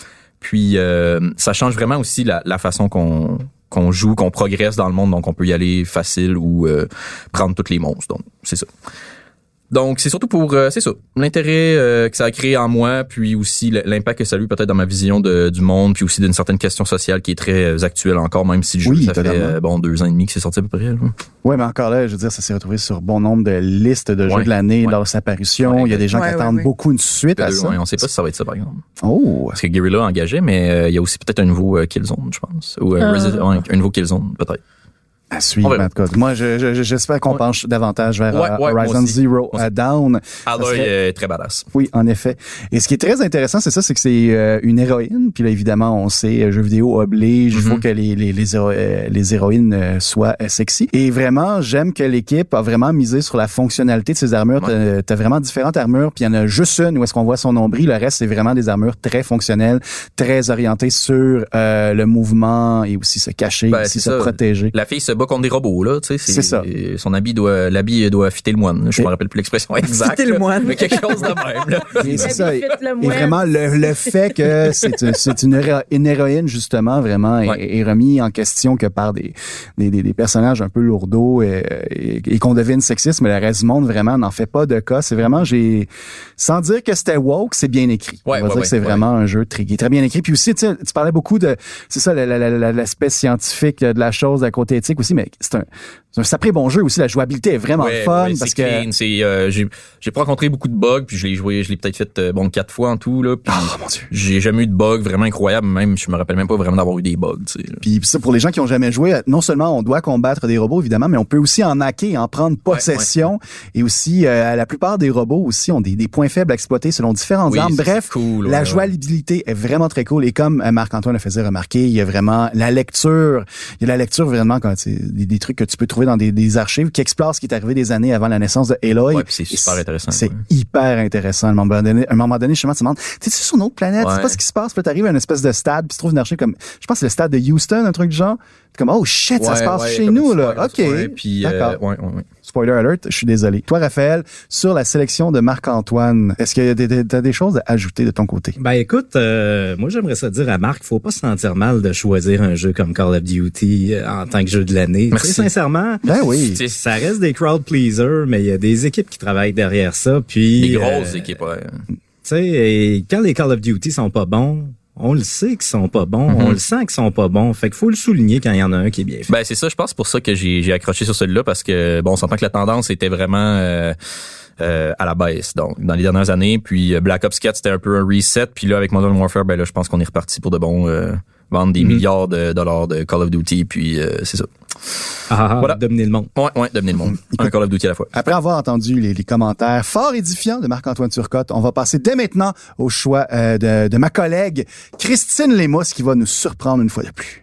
Puis, euh, ça change vraiment aussi la, la façon qu'on qu'on joue, qu'on progresse dans le monde. Donc, on peut y aller facile ou euh, prendre tous les monstres. Donc, c'est ça. Donc, c'est surtout pour, euh, c'est ça, l'intérêt euh, que ça a créé en moi, puis aussi l'impact que ça a eu peut-être dans ma vision de, du monde, puis aussi d'une certaine question sociale qui est très euh, actuelle encore, même si le jeu, oui, ça totalement. fait euh, bon deux ans et demi que c'est sorti à peu près. Là. Oui, mais encore là, je veux dire, ça s'est retrouvé sur bon nombre de listes de jeux ouais, de l'année ouais. lors de sa parution. Ouais, il y a des gens ouais, qui ouais, attendent ouais. beaucoup une suite à Deux, ça. ouais, on sait pas si ça va être ça, par exemple. Oh! Parce que Guerrilla a engagé, mais euh, il y a aussi peut-être un nouveau euh, Killzone, je pense. Ou euh, Euh. Resi- ouais, un nouveau Killzone, peut-être. À suivre, On verra. en tout cas. Moi, je, je, j'espère qu'on Ouais. penche davantage vers Ouais, euh, ouais, moi Horizon aussi. Zero Moi euh, aussi. Down. Ah Ça là, il serait- est très badass. Oui, en effet. Et ce qui est très intéressant, c'est ça, c'est que c'est euh, une héroïne. Puis là, évidemment, on sait, euh, jeux vidéo oblige, il faut Mhm. que les les les, héro- euh, les héroïnes euh, soient euh, sexy. Et vraiment, j'aime que l'équipe a vraiment misé sur la fonctionnalité de ces armures. Ouais. T'as, t'as vraiment différentes armures, puis il y en a juste une où est-ce qu'on voit son nombril. Le reste, c'est vraiment des armures très fonctionnelles, très orientées sur euh, le mouvement et aussi se cacher, Ben, aussi c'est se ça. protéger. La fille se bat contre des robots, là, tu sais. C'est ça. Son habit doit, l'habit doit fitter le moine. Je Et- me rappelle plus l'expression exacte. Fitter le là, moine. Mais quelque chose de même, là. Et c'est La ça. vie Et, fit le et moine. vraiment, le, le fait que c'est, une- c'est une, héro- une héroïne, justement, vraiment, est, Ouais. est remis en question que par des, des, des, des personnages un peu lourdeaux et, et, et qu'on devine sexistes, mais le reste du monde, vraiment, n'en fait pas de cas. C'est vraiment, j'ai, sans dire que c'était woke, c'est bien écrit. Ouais, On va ouais, dire ouais, que c'est ouais. vraiment un jeu très, qui est très bien écrit. Puis aussi, tu sais, tu parlais beaucoup de, c'est ça, la- la- la- l'aspect scientifique de la chose, à côté éthique aussi, mais c'est un, c'est un sacré bon jeu aussi. La jouabilité est vraiment Ouais, fun ouais, parce c'est que, clean, c'est, euh, j'ai, j'ai pas rencontré beaucoup de bugs, puis je l'ai joué, je l'ai peut-être fait, euh, bon, quatre fois en tout, là. Puis oh mon Dieu. j'ai jamais eu de bugs vraiment incroyables, même, je me rappelle même pas vraiment d'avoir eu des bugs, tu sais. là. Puis ça, pour les gens qui ont jamais joué, non seulement on doit combattre des robots, évidemment, mais on peut aussi en hacker, en prendre possession. Et aussi, euh, la plupart des robots aussi ont des, des points faibles à exploiter selon différentes Oui, armes. ça, Bref, c'est cool, la ouais, jouabilité est vraiment très cool. Et comme euh, Marc-Antoine le faisait remarquer, il y a vraiment la lecture. Il y a la lecture vraiment quand c'est des, des trucs que tu peux trouver dans des, des archives qui explorent ce qui est arrivé des années avant la naissance de Aloy. Ouais, puis c'est Et super intéressant, C'est ouais. hyper intéressant. À un moment donné, à un moment donné justement, tu te demandes, t'es-tu sur une autre planète? Tu sais Ouais. pas ce qui se passe. Puis là, t'arrives à une espèce de stade, puis tu trouves une archive comme, je pense que c'est le stade de Houston, un truc du genre. T'es comme, oh shit, ça Ouais, se passe ouais, chez comme nous, ça, là. ouais, OK. ouais, puis, euh, D'accord. ouais, ouais, ouais. Spoiler alert, je suis désolé. Toi, Raphaël, sur la sélection de Marc-Antoine, est-ce que t'as des, des, des choses à ajouter de ton côté? Ben écoute, euh, moi j'aimerais ça dire à Marc, faut pas se sentir mal de choisir un jeu comme Call of Duty euh, en tant que jeu de l'année. Merci. Tu sais, sincèrement, Ben oui. Tu sais, ça reste des crowd pleasers, mais il y a des équipes qui travaillent derrière ça. Puis des grosses euh, équipes, ouais. Tu sais, et quand les Call of Duty sont pas bons, on le sait qu'ils sont pas bons, Mhm. on le sent qu'ils sont pas bons. Fait qu'il faut le souligner quand il y en a un qui est bien fait. Ben c'est ça, je pense, c'est pour ça que j'ai j'ai accroché sur celui-là parce que bon, on s'entend que la tendance était vraiment euh, euh, à la baisse donc dans les dernières années. Puis euh, Black Ops quatre c'était un peu un reset. Puis là avec Modern Warfare, ben là je pense qu'on est reparti pour de bon euh, vendre des Mhm. milliards de dollars de Call of Duty. Puis euh, c'est ça. Ah, ah, Voilà. dominer le monde. Ouais, ouais, devenir le monde. Un Call of Duty à la fois. Après avoir entendu les, les commentaires fort édifiants de Marc-Antoine Turcotte, on va passer dès maintenant au choix euh, de, de ma collègue Christine Lémousse qui va nous surprendre une fois de plus.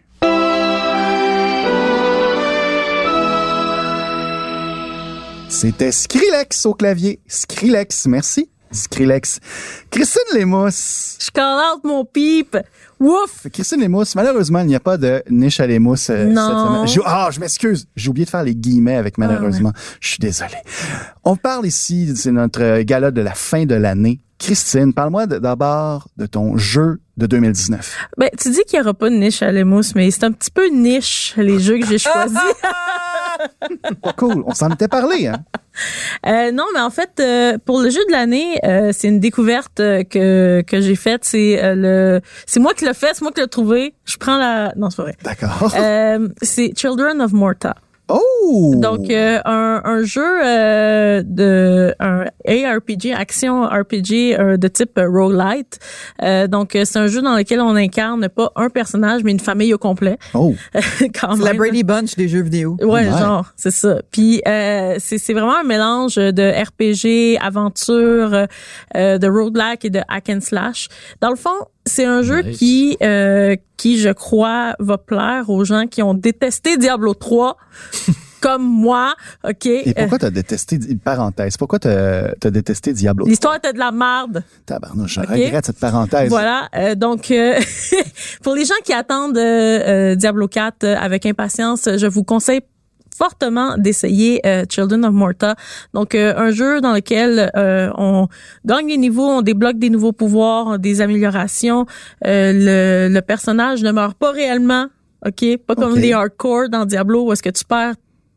C'était Skrillex au clavier. Skrillex, merci. Skrillex. Christine Lémousse. Je call out mon pipe. Ouf! Christine Lémousse, malheureusement, il n'y a pas de niche à Lémousse euh, Non. cette semaine. J'ai- Ah, je m'excuse. J'ai oublié de faire les guillemets avec malheureusement. Je suis désolé. On parle ici, c'est notre gala de la fin de l'année. Christine, parle-moi de- d'abord de ton jeu de deux mille dix-neuf. Ben, tu dis qu'il y aura pas de niche à l'émousse, mais c'est un petit peu niche, les jeux que j'ai choisis. Pas cool. On s'en était parlé, hein? Euh, non, mais en fait, euh, pour le jeu de l'année, euh, c'est une découverte euh, que que j'ai faite. C'est euh, le, c'est moi qui l'ai fait, c'est moi qui l'ai trouvé. Je prends la, non, c'est pas vrai. D'accord. Euh, c'est Children of Morta. Oh! Donc euh, un, un jeu euh, de un A R P G, action R P G euh, de type euh, roguelite. Euh, donc euh, c'est un jeu dans lequel on incarne pas un personnage mais une famille au complet. Oh! Quand C'est la même. Brady Bunch des jeux vidéo. Ouais, Ouais. genre, c'est ça. Puis euh, c'est c'est vraiment un mélange de R P G, aventure, euh, de roguelike et de hack and slash. Dans le fond, c'est un jeu Nice. qui qui, euh, qui, je crois, va plaire aux gens qui ont détesté Diablo trois. comme moi, OK? Et pourquoi Euh, t'as détesté, parenthèse, pourquoi t'as, t'as détesté Diablo? L'histoire était de la merde. Tabarnouche, je Ok. regrette cette parenthèse. Voilà, euh, donc euh, pour les gens qui attendent euh, euh, Diablo quatre euh, avec impatience, je vous conseille fortement d'essayer euh, Children of Morta. Donc euh, un jeu dans lequel euh, on gagne des niveaux, on débloque des nouveaux pouvoirs, des améliorations. Euh, le, le personnage ne meurt pas réellement, OK? Pas comme Ok. les hardcore dans Diablo où est-ce que tu perds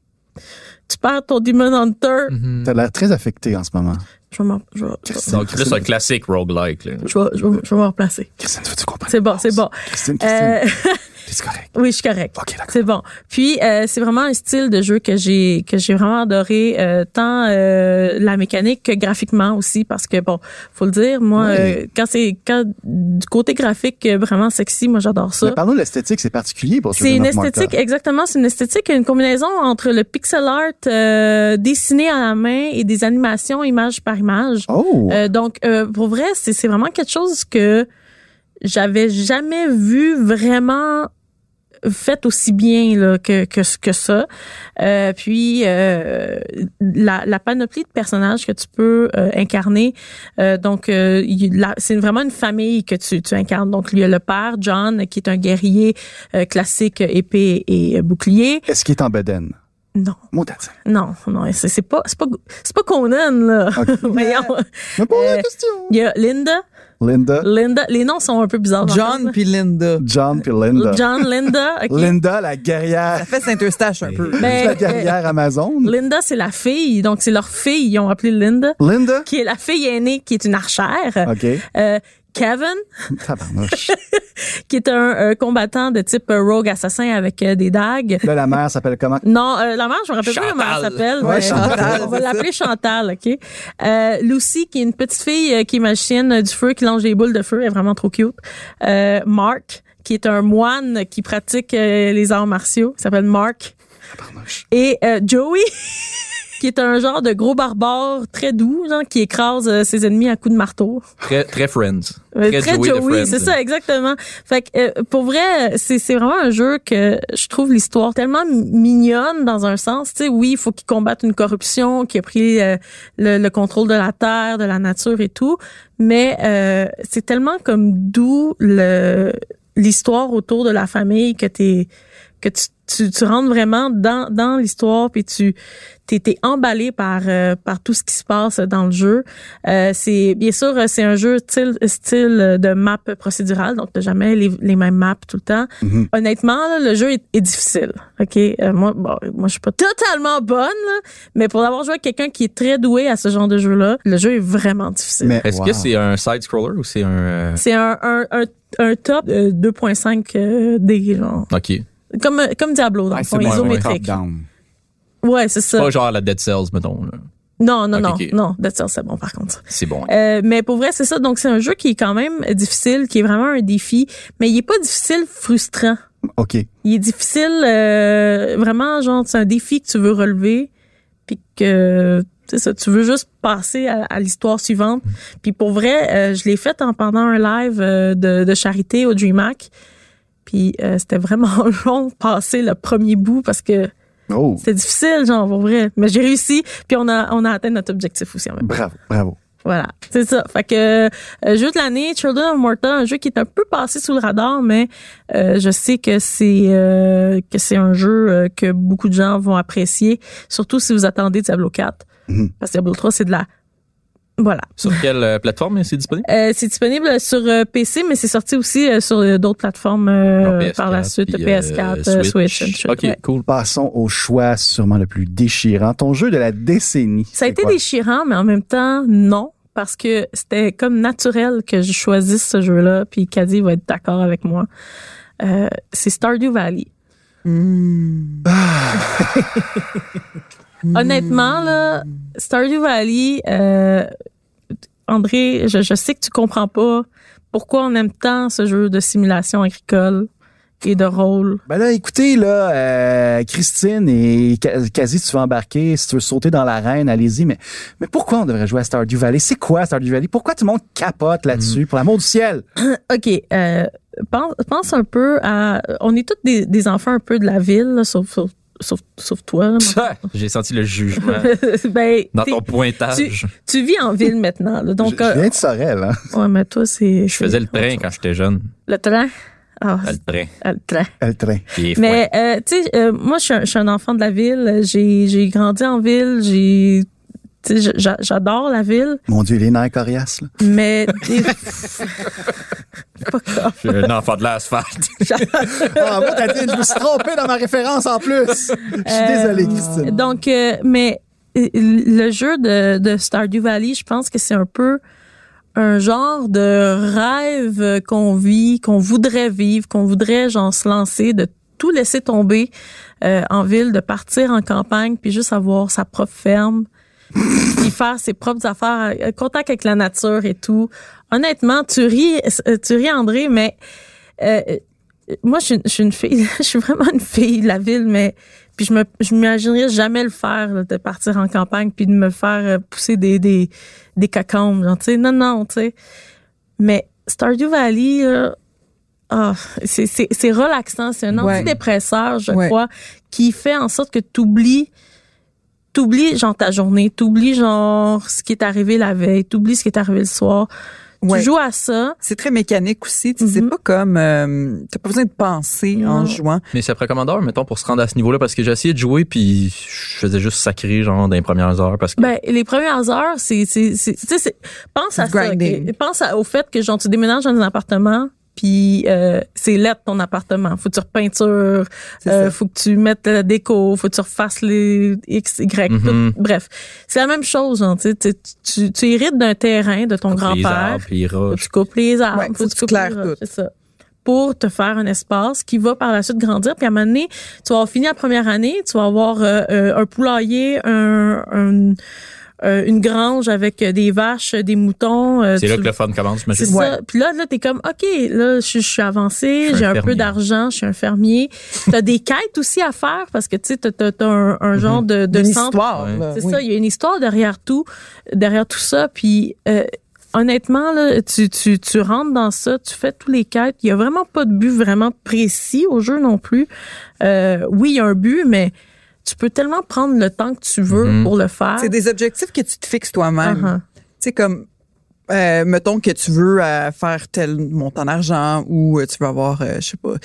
tu perds ton Demon Hunter. T'as l'air très affecté en ce moment. Je vais m'en- je vais- Christine, Donc, là, c'est un classique roguelike. Là. je vais- je vais- je vais me replacer. Christine, veux-tu comprendre? C'est bon, c'est bon. Christine, Christine, Euh, t'es correct? oui, je suis correcte. Ok, d'accord. C'est bon. Puis euh, c'est vraiment un style de jeu que j'ai que j'ai vraiment adoré, euh, tant euh, la mécanique que graphiquement aussi, parce que bon, faut le dire, moi, Oui. euh, quand c'est quand du côté graphique euh, vraiment sexy, moi j'adore ça. Mais parlons de l'esthétique, c'est particulier pour C'est Children une of Morta. esthétique, exactement, c'est une esthétique, une combinaison entre le pixel art euh, dessiné à la main et des animations image par image. Oh! Euh, donc, euh, pour vrai, c'est c'est vraiment quelque chose que j'avais jamais vu vraiment fait aussi bien là, que, que que ça. Euh, puis euh, la, la panoplie de personnages que tu peux euh, incarner. Euh, donc euh, il- la- c'est vraiment une famille que tu, tu incarnes. Donc il y a le père John qui est un guerrier euh, classique épée et euh, bouclier. Est-ce qu'il est en bedaine? Non, Montagne. non, non, c'est c'est pas c'est pas c'est pas Conan là. Voyons. Mais pas Euh, la question. Il y a Linda, Linda, Linda. Les noms sont un peu bizarres. John puis Linda. John puis Linda. John, Linda. OK. Linda, la guerrière, Ça fait Saint-Eustache un peu. Ben, la guerrière Amazon. Linda, c'est la fille, donc c'est leur fille, ils ont appelé Linda, Linda? qui est la fille aînée, qui est une archère. OK. Euh, Kevin, Tabarnouche. qui est un, un combattant de type euh, rogue assassin avec euh, des dagues. Là, la mère s'appelle comment? Non, euh, la mère, je me rappelle pas comment elle Chantal. s'appelle. Ouais, mais Chantal, on va c'est l'appeler Chantal, OK? Euh, Lucy, qui est une petite fille euh, qui est magicienne euh, du feu, qui lance des boules de feu, elle est vraiment trop cute. Euh, Mark, qui est un moine qui pratique euh, les arts martiaux, il s'appelle Mark. Tabarnouche. Et euh, Joey, qui est un genre de gros barbare très doux, genre, qui écrase euh, ses ennemis à coups de marteau. Très, très Friends. Euh, Très, Très Joey, de Joey, Friends. c'est ça, exactement. Fait que, euh, pour vrai, c'est, c'est vraiment un jeu que je trouve l'histoire tellement m- mignonne dans un sens. Tu sais, oui, il faut qu'il combatte une corruption qui a pris euh, le, le contrôle de la terre, de la nature et tout. Mais euh, c'est tellement comme doux le l'histoire autour de la famille que t'es que tu tu, tu rentres vraiment dans dans l'histoire puis tu t'es, t'es emballé par euh, par tout ce qui se passe dans le jeu. Euh, c'est bien sûr c'est un jeu style style de map procédurale, donc t'as jamais les, les mêmes maps tout le temps. Mhm. Honnêtement, là, le jeu est, est difficile. Ok, Euh, moi bon moi je suis pas totalement bonne, là, mais pour avoir joué avec quelqu'un qui est très doué à ce genre de jeu là, le jeu est vraiment difficile. Mais, Est-ce wow. que c'est un side-scroller ou c'est un... euh, C'est un un un, un top euh, deux virgule cinq euh, D genre. OK. Comme comme Diablo dans Ouais, le fond, c'est bon, isométrique. top-down. Ouais, c'est ça. Pas genre la Dead Cells, mettons. Là. Non, non, Ok, non, ok. non. Dead Cells, c'est bon, par contre. C'est bon. Euh, mais pour vrai, c'est ça. Donc, c'est un jeu qui est quand même difficile, qui est vraiment un défi, mais il est pas difficile frustrant. OK. Il est difficile, euh, vraiment, genre, c'est un défi que tu veux relever, puis que, c'est ça, tu veux juste passer à, à l'histoire suivante. Puis pour vrai, euh, je l'ai fait en pendant un live euh, de, de charité au DreamHack. Puis euh, c'était vraiment long de passer le premier bout parce que Oh, c'était difficile, genre, pour vrai. Mais j'ai réussi, puis on a, on a atteint notre objectif aussi en même temps. bravo, bravo. Voilà, c'est ça. Fait que euh, jeu de l'année, Children of Morta, un jeu qui est un peu passé sous le radar, mais euh, je sais que c'est euh, que c'est un jeu euh, que beaucoup de gens vont apprécier, surtout si vous attendez Diablo quatre. Mhm. Parce que Diablo trois, c'est de la... Voilà. Sur quelle euh, plateforme c'est disponible? Euh, c'est disponible sur euh, P C, mais c'est sorti aussi euh, sur euh, d'autres plateformes euh, Genre P S quatre, par la suite, puis, P S quatre, euh, euh, Switch. Switch. and shit, OK, ouais. cool. Passons au choix sûrement le plus déchirant. Ton jeu de la décennie. Ça a c'est été quoi? déchirant, mais en même temps, non. Parce que c'était comme naturel que je choisisse ce jeu-là, puis Caddy va être d'accord avec moi. Euh, c'est Stardew Valley. Mm. Honnêtement, là, Stardew Valley, euh, André, je, je sais que tu comprends pas pourquoi on aime tant ce jeu de simulation agricole et de rôle. Ben là, écoutez, là, euh, Christine et Ka- Kazi, tu veux embarquer, si tu veux sauter dans l'arène, allez-y, mais, mais pourquoi on devrait jouer à Stardew Valley? C'est quoi Stardew Valley? Pourquoi tout le monde capote là-dessus? Pour l'amour du ciel! OK, euh, pense, pense un peu à... On est tous des, des enfants un peu de la ville, là, sauf, sauf sauf, sauf toi. Là, J'ai senti le jugement ben, dans ton pointage. Tu, tu vis en ville maintenant. Là, donc, je, je viens de Sorel. Hein? Ouais, mais toi, c'est... Je faisais le train quand j'étais jeune. Le train? Ah, le train. Le train. Le train. Mais, euh, tu sais, euh, moi, je suis, un, je suis un enfant de la ville. J'ai, j'ai grandi en ville. J'ai... Tu sais, j'adore la ville. Mon Dieu, les nerfs coriaces, là. Mais... Des... Je suis un enfant de l'asphalte. Ah, moi, t'as dit, je me suis trompé dans ma référence en plus. Je suis euh, désolée, Christine. Donc, euh, mais le jeu de, de Stardew Valley, je pense que c'est un peu un genre de rêve qu'on vit, qu'on voudrait vivre, qu'on voudrait, genre, se lancer, de tout laisser tomber euh, en ville, de partir en campagne, puis juste avoir sa propre ferme, puis faire ses propres affaires, contact avec la nature et tout. Honnêtement, tu ris, tu ris André, mais euh, moi je suis, je suis une fille, je suis vraiment une fille de la ville, mais puis je me, je m'imaginerais jamais le faire là, de partir en campagne puis de me faire pousser des des des cacombes, genre, tu sais, non non, tu sais. Mais Stardew Valley, là, oh, c'est c'est c'est relaxant, c'est un ouais. antidépresseur, je ouais. crois, qui fait en sorte que tu oublies t'oublies genre ta journée, t'oublies genre ce qui est arrivé la veille, t'oublies ce qui est arrivé le soir. Ouais. Tu joues à ça. C'est très mécanique aussi. Mm-hmm. C'est pas comme... Euh, t'as pas besoin de penser non. en jouant. Mais c'est après commande d'heure, mettons, pour se rendre à ce niveau-là, parce que j'ai essayé de jouer, puis je faisais juste sacrer, genre, dans les premières heures. Parce que... Ben, les premières heures, c'est... c'est, c'est, c'est, c'est pense à grinding. ça. Pense à, au fait que, genre, tu déménages dans un appartement, puis euh, c'est laid ton appartement. Faut que tu repeintures, euh, faut que tu mettes la déco, faut que tu refasses les X, Y, mm-hmm. tout. Bref, c'est la même chose. Genre, tu, tu, tu, tu hérites d'un terrain de ton tu grand-père. Les arbres, tu coupes les arbres. Ouais, faut, faut que tu claires tout. C'est ça. Pour te faire un espace qui va par la suite grandir. Puis à un moment donné, tu vas avoir fini la première année, tu vas avoir euh, un poulailler, un... un Euh, une grange avec des vaches, des moutons. Euh, c'est tu... là que le fun commence, j'imagine. C'est ouais. ça. Puis là, là, t'es comme, OK, là, je, je suis avancé, j'ai un, un peu d'argent, je suis un fermier. T'as des quêtes aussi à faire parce que, tu sais, t'as, t'as, t'as un, un genre mm-hmm. de, de une centre. Histoire, ouais. là, c'est oui. ça, il y a une histoire derrière tout, derrière tout ça. Puis, euh, honnêtement, là, tu, tu, tu rentres dans ça, tu fais tous les quêtes. Il y a vraiment pas de but vraiment précis au jeu non plus. Euh, oui, il y a un but, mais tu peux tellement prendre le temps que tu veux mm-hmm. pour le faire. C'est des objectifs que tu te fixes toi-même. Uh-huh. Tu sais, comme, euh, mettons que tu veux euh, faire tel montant d'argent ou euh, tu veux avoir, euh, je sais pas.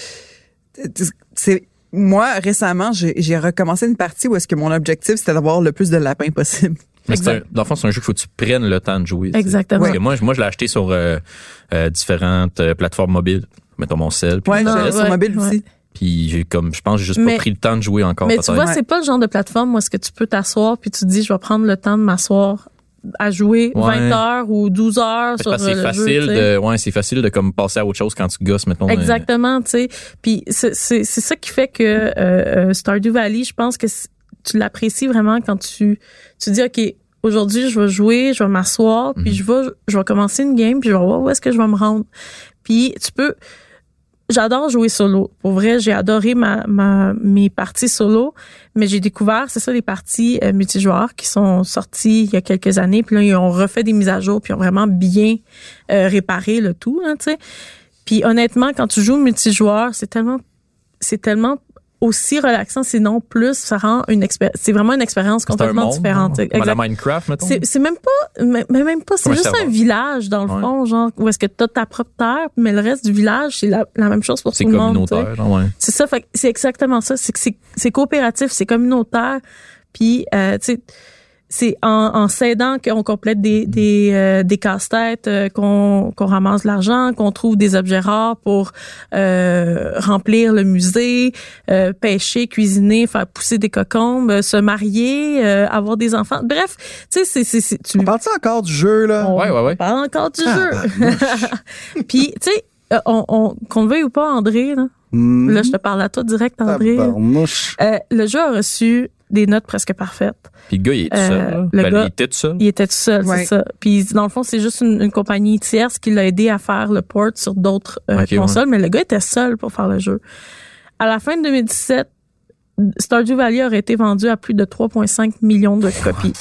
C'est, moi, récemment, j'ai, j'ai recommencé une partie où est-ce que mon objectif, c'était d'avoir le plus de lapins possible. Mais c'est un, dans le fond, c'est un jeu qu'il faut que tu prennes le temps de jouer. Exactement. Parce que moi, moi, je l'ai acheté sur euh, euh, différentes euh, plateformes mobiles. Mettons mon cell. Ouais, je l'ai sur mobile ouais. aussi. Puis j'ai comme je pense j'ai juste mais, pas pris le temps de jouer encore. Mais peut-être. tu vois, ouais. c'est pas le genre de plateforme où est-ce que tu peux t'asseoir puis tu te dis je vais prendre le temps de m'asseoir à jouer ouais. vingt heures ou douze heures sur parce que c'est le facile jeu, de ouais, c'est facile de comme passer à autre chose quand tu gosses mettons. Exactement, tu sais. Puis c'est c'est c'est ça qui fait que euh, euh, Stardew Valley, je pense que tu l'apprécies vraiment quand tu tu dis OK, aujourd'hui, je vais jouer, je vais m'asseoir, puis mm-hmm. je vais je vais commencer une game, puis je vais voir où est-ce que je vais me rendre. Puis tu peux J'adore jouer solo. Pour vrai, j'ai adoré ma, ma mes parties solo, mais j'ai découvert, c'est ça, les parties euh, multijoueurs qui sont sorties il y a quelques années. Puis là, ils ont refait des mises à jour, puis ils ont vraiment bien euh, réparé le tout, hein, tu sais. Puis honnêtement, quand tu joues multijoueur, c'est tellement, c'est tellement aussi relaxant, sinon plus, ça rend une expérience. C'est vraiment une expérience complètement monde, différente. Comme à la Minecraft, mettons. C'est, c'est même pas, mais même pas. C'est Comme juste un, un village dans le ouais. fond, genre où est-ce que t'as ta propre terre, mais le reste du village c'est la, la même chose pour c'est tout le monde. C'est communautaire, genre, ouais. C'est ça, fait, c'est exactement ça. C'est que c'est, c'est coopératif, c'est communautaire. Puis, euh, tu sais. C'est en, en s'aidant qu'on complète des des euh, des casse-têtes, euh, qu'on qu'on ramasse de l'argent, qu'on trouve des objets rares pour euh, remplir le musée, euh, pêcher, cuisiner, faire pousser des cocombes, euh, se marier, euh, avoir des enfants. Bref, tu sais, c'est c'est, c'est tu. On parle-tu encore du jeu là? On ouais ouais ouais. parle encore du ah, jeu. Puis tu sais, on, on qu'on le veuille ou pas, André là. Mm. Là, je te parle à toi direct, André. Euh, le jeu a reçu des notes presque parfaites. Puis le gars, il est tout seul. Euh, le ben, gars, il était tout seul. Il était tout seul, ouais. c'est ça. Puis dans le fond, c'est juste une, une compagnie tierce qui l'a aidé à faire le port sur d'autres euh, okay, consoles, ouais. mais le gars était seul pour faire le jeu. À la fin de deux mille dix-sept, Stardew Valley aurait été vendu à plus de trois virgule cinq millions de copies.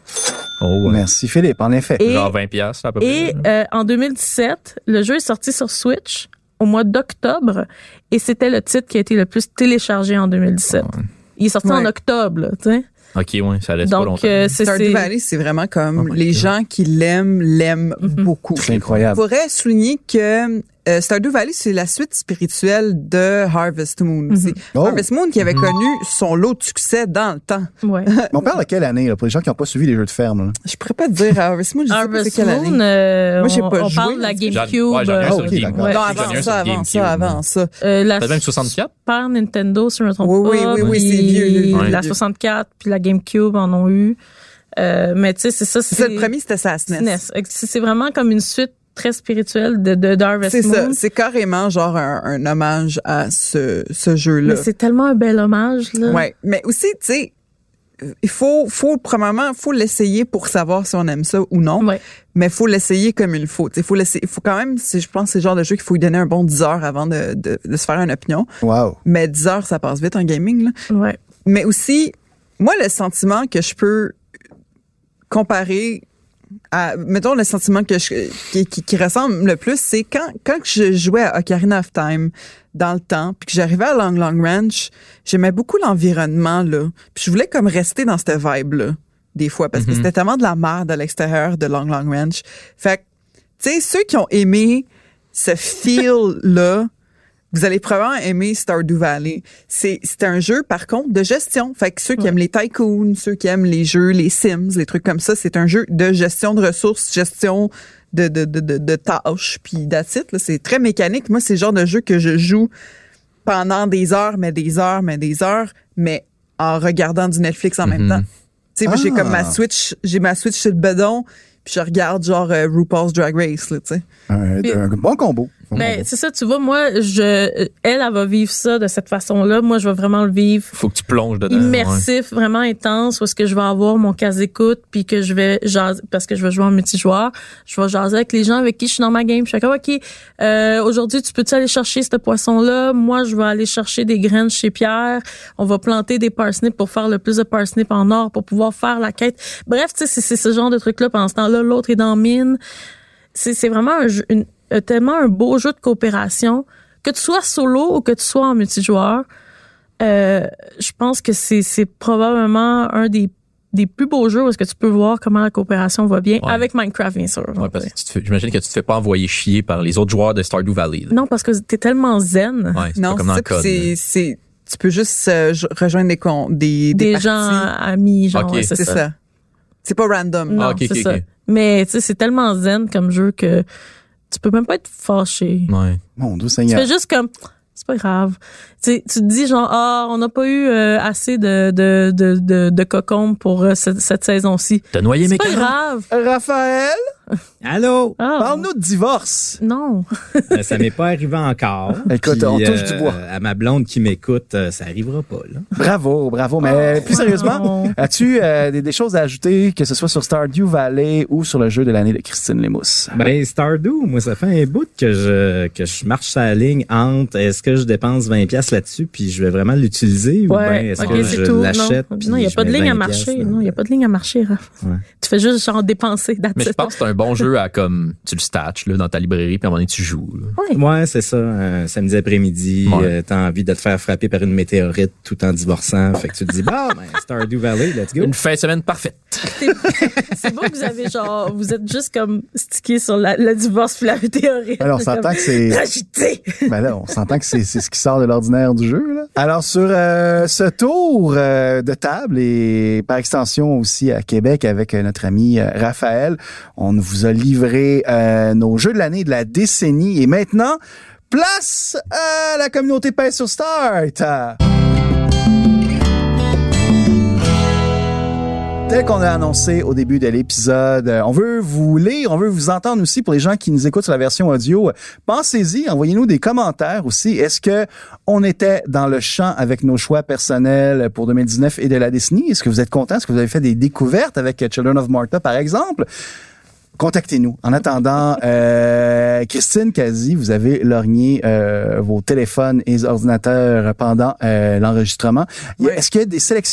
Oh, ouais. Merci Philippe, en effet. Et, genre vingt piastres à peu près. Et euh, en deux mille dix-sept, le jeu est sorti sur Switch au mois d'octobre et c'était le titre qui a été le plus téléchargé en deux mille dix-sept. Oh, ouais. il est sorti Ouais. en octobre, là, tu sais. OK, ouais, ça laisse pas Donc, longtemps. euh, c'est, Stardew c'est, Valley, c'est vraiment comme Oh my les God. gens qui l'aiment, l'aiment Mhm. beaucoup. C'est Je incroyable. pourrais souligner que euh, Stardew Valley, c'est la suite spirituelle de Harvest Moon. Mhm. C'est Oh. Harvest Moon qui avait connu son lot de succès dans le temps. ouais. Mais on parle de quelle année, là, pour les gens qui n'ont pas suivi les jeux de ferme, là? Je pourrais pas te dire Harvest Moon, je sais pas c'est Harvest quelle Moon, année. euh, Moi, j'ai on, pas on joué, parle de la en tout cas. GameCube. J'en- ouais, j'en ai un euh, sur ok, Game- d'accord. ouais. Non, J'en ai avant un sur ça, avant GameCube, ça, avant ça. Euh, la Peut-être même soixante-quatre? Super Nintendo, si je me trompe Oui, oui, pas. oui, oui, puis c'est vieux, vieux, vieux, La vieux. soixante-quatre, puis la GameCube en ont eu. Euh, mais tu sais, c'est ça. C'est ça, le premier, c'était sa S N E S. S N E S. C'est c'est vraiment comme une suite très spirituelle de, de d'Harvest C'est Moon. ça, c'est carrément genre un, un hommage à ce, ce jeu-là. Mais c'est tellement un bel hommage, là. Ouais, mais aussi, tu sais, il faut, faut premièrement, faut l'essayer pour savoir si on aime ça ou non. Ouais. Mais faut l'essayer comme il faut. Il faut l'essayer. Faut quand même, c'est, je pense, que c'est le genre de jeu qu'il faut lui donner un bon dix heures avant de, de, de se faire une opinion. Wow. Mais dix heures, ça passe vite en gaming, là. Ouais. Mais aussi, moi, le sentiment que je peux comparer à, mettons, le sentiment que je, qui, qui, qui ressemble le plus, c'est quand, quand je jouais à Ocarina of Time dans le temps, puis que j'arrivais à Long Long Ranch, j'aimais beaucoup l'environnement, là. Puis je voulais comme rester dans cette vibe-là, des fois, parce que Mhm. c'était tellement de la merde à l'extérieur de Long Long Ranch. Fait que, tu sais, ceux qui ont aimé ce feel-là, vous allez probablement aimer Stardew Valley. C'est, c'est un jeu, par contre, de gestion. Fait que ceux qui Ouais. aiment les tycoons, ceux qui aiment les jeux, les Sims, les trucs comme ça, c'est un jeu de gestion de ressources, gestion de, de, de, de, de tâches, puis that's it, là. C'est très mécanique. Moi, c'est le genre de jeu que je joue pendant des heures, mais des heures, mais des heures, mais en regardant du Netflix en même Mhm. temps. Tu sais, moi, j'ai Ah. comme ma Switch, j'ai ma Switch sur le bedon, puis je regarde genre euh, RuPaul's Drag Race, là, tu sais. Un, Puis- un bon combo. Bon Ben, combo. c'est ça, tu vois, moi, je, elle, elle va vivre ça de cette façon-là. Moi, je vais vraiment le vivre Faut que tu plonges dedans. immersif, vraiment intense, où est-ce que je vais avoir mon casque d'écoute, puis que je vais jaser, parce que je vais jouer en multijoueur, je vais jaser avec les gens avec qui je suis dans ma game. Je suis comme, OK, euh, aujourd'hui, tu peux-tu aller chercher ce poisson-là? Moi, je vais aller chercher des graines chez Pierre. On va planter des parsnips pour faire le plus de parsnips en or, pour pouvoir faire la quête. Bref, tu sais, c'est, c'est ce genre de truc-là. Pendant ce temps-là, l'autre est dans mine. C'est, c'est vraiment un jeu, une, euh, tellement un beau jeu de coopération, que tu sois solo ou que tu sois en multijoueur. Euh, je pense que c'est, c'est probablement un des, des plus beaux jeux où est-ce que tu peux voir comment la coopération va bien Ouais. avec Minecraft, bien sûr. Ouais, parce que tu te fais- j'imagine que tu te fais pas envoyer chier par les autres joueurs de Stardew Valley. là. Non, parce que t'es tellement zen. Ouais, c'est Non, pas comme c'est dans ça, le puis code. c'est, là. c'est, tu peux juste euh, j- rejoindre des, con- des, des, Des parties. gens amis, genre, Ok. ouais, c'est, C'est ça. ça. C'est pas random. Non, Ah, ok, c'est ok, ça. ok. Mais tu sais, c'est tellement zen comme jeu que tu peux même pas être fâché. Ouais. Mon Dieu Tu Seigneur. fais juste comme, c'est pas grave. Tu sais, tu te dis genre, ah, on n'a pas eu euh, assez de de de de, de cocombes pour euh, cette, cette saison-ci. T'as noyé mes C'est pas carottes? grave. Raphaël, Allô? Ah, parle-nous de divorce. non. Euh, ça m'est pas arrivé encore. Écoute, Puis, on touche du euh, bois. À ma blonde qui m'écoute, euh, ça arrivera pas, là. Bravo, bravo. Mais plus sérieusement, non. as-tu euh, des, des choses à ajouter, que ce soit sur Stardew Valley ou sur le jeu de l'année de Christine Lémousse? Ben, Stardew, moi, ça fait un bout que je, que je marche sur la ligne entre est-ce que je dépense vingt piastres là-dessus puis je vais vraiment l'utiliser ou bien Ouais, est-ce ok, que c'est je tout. l'achète Non, puis non, il y a je pas de mets ligne à vingt marcher. piastres, Non, il y a pas de ligne à marcher, Raph. Ouais. Tu fais juste genre dépenser. that's Mais je it. pense que c'est un bon jeu à comme tu le statches là, dans ta librairie puis à un moment donné tu joues. là. Ouais. Ouais, c'est ça. Un samedi après-midi, Ouais. euh, t'as envie de te faire frapper par une météorite tout en divorçant. Fait que tu te dis, bah, ben, Stardew Valley, let's go. Une fin de semaine parfaite. C'est c'est beau que vous avez genre, vous êtes juste comme stické sur la, le divorce puis la théorie. Alors, on s'entend que c'est... Agité. Ben là, on s'entend que c'est, c'est ce qui sort de l'ordinaire du jeu, là. Alors, sur euh, ce tour euh, de table et par extension aussi à Québec avec euh, notre ami euh, Raphaël, on vous a livré euh, nos jeux de l'année de la décennie. Et maintenant, place à la communauté Pèse sur Start. Tel qu'on a annoncé au début de l'épisode, euh, on veut vous lire, on veut vous entendre aussi pour les gens qui nous écoutent sur la version audio. Pensez-y, envoyez-nous des commentaires aussi. Est-ce que on était dans le champ avec nos choix personnels pour deux mille dix-neuf et de la décennie? Est-ce que vous êtes content? Est-ce que vous avez fait des découvertes avec Children of Morta, par exemple? Contactez-nous. En attendant, euh, Christine Cazzi, vous avez lorgné euh, vos téléphones et ordinateurs pendant euh, l'enregistrement. Ouais. Est-ce qu'il y a des sélections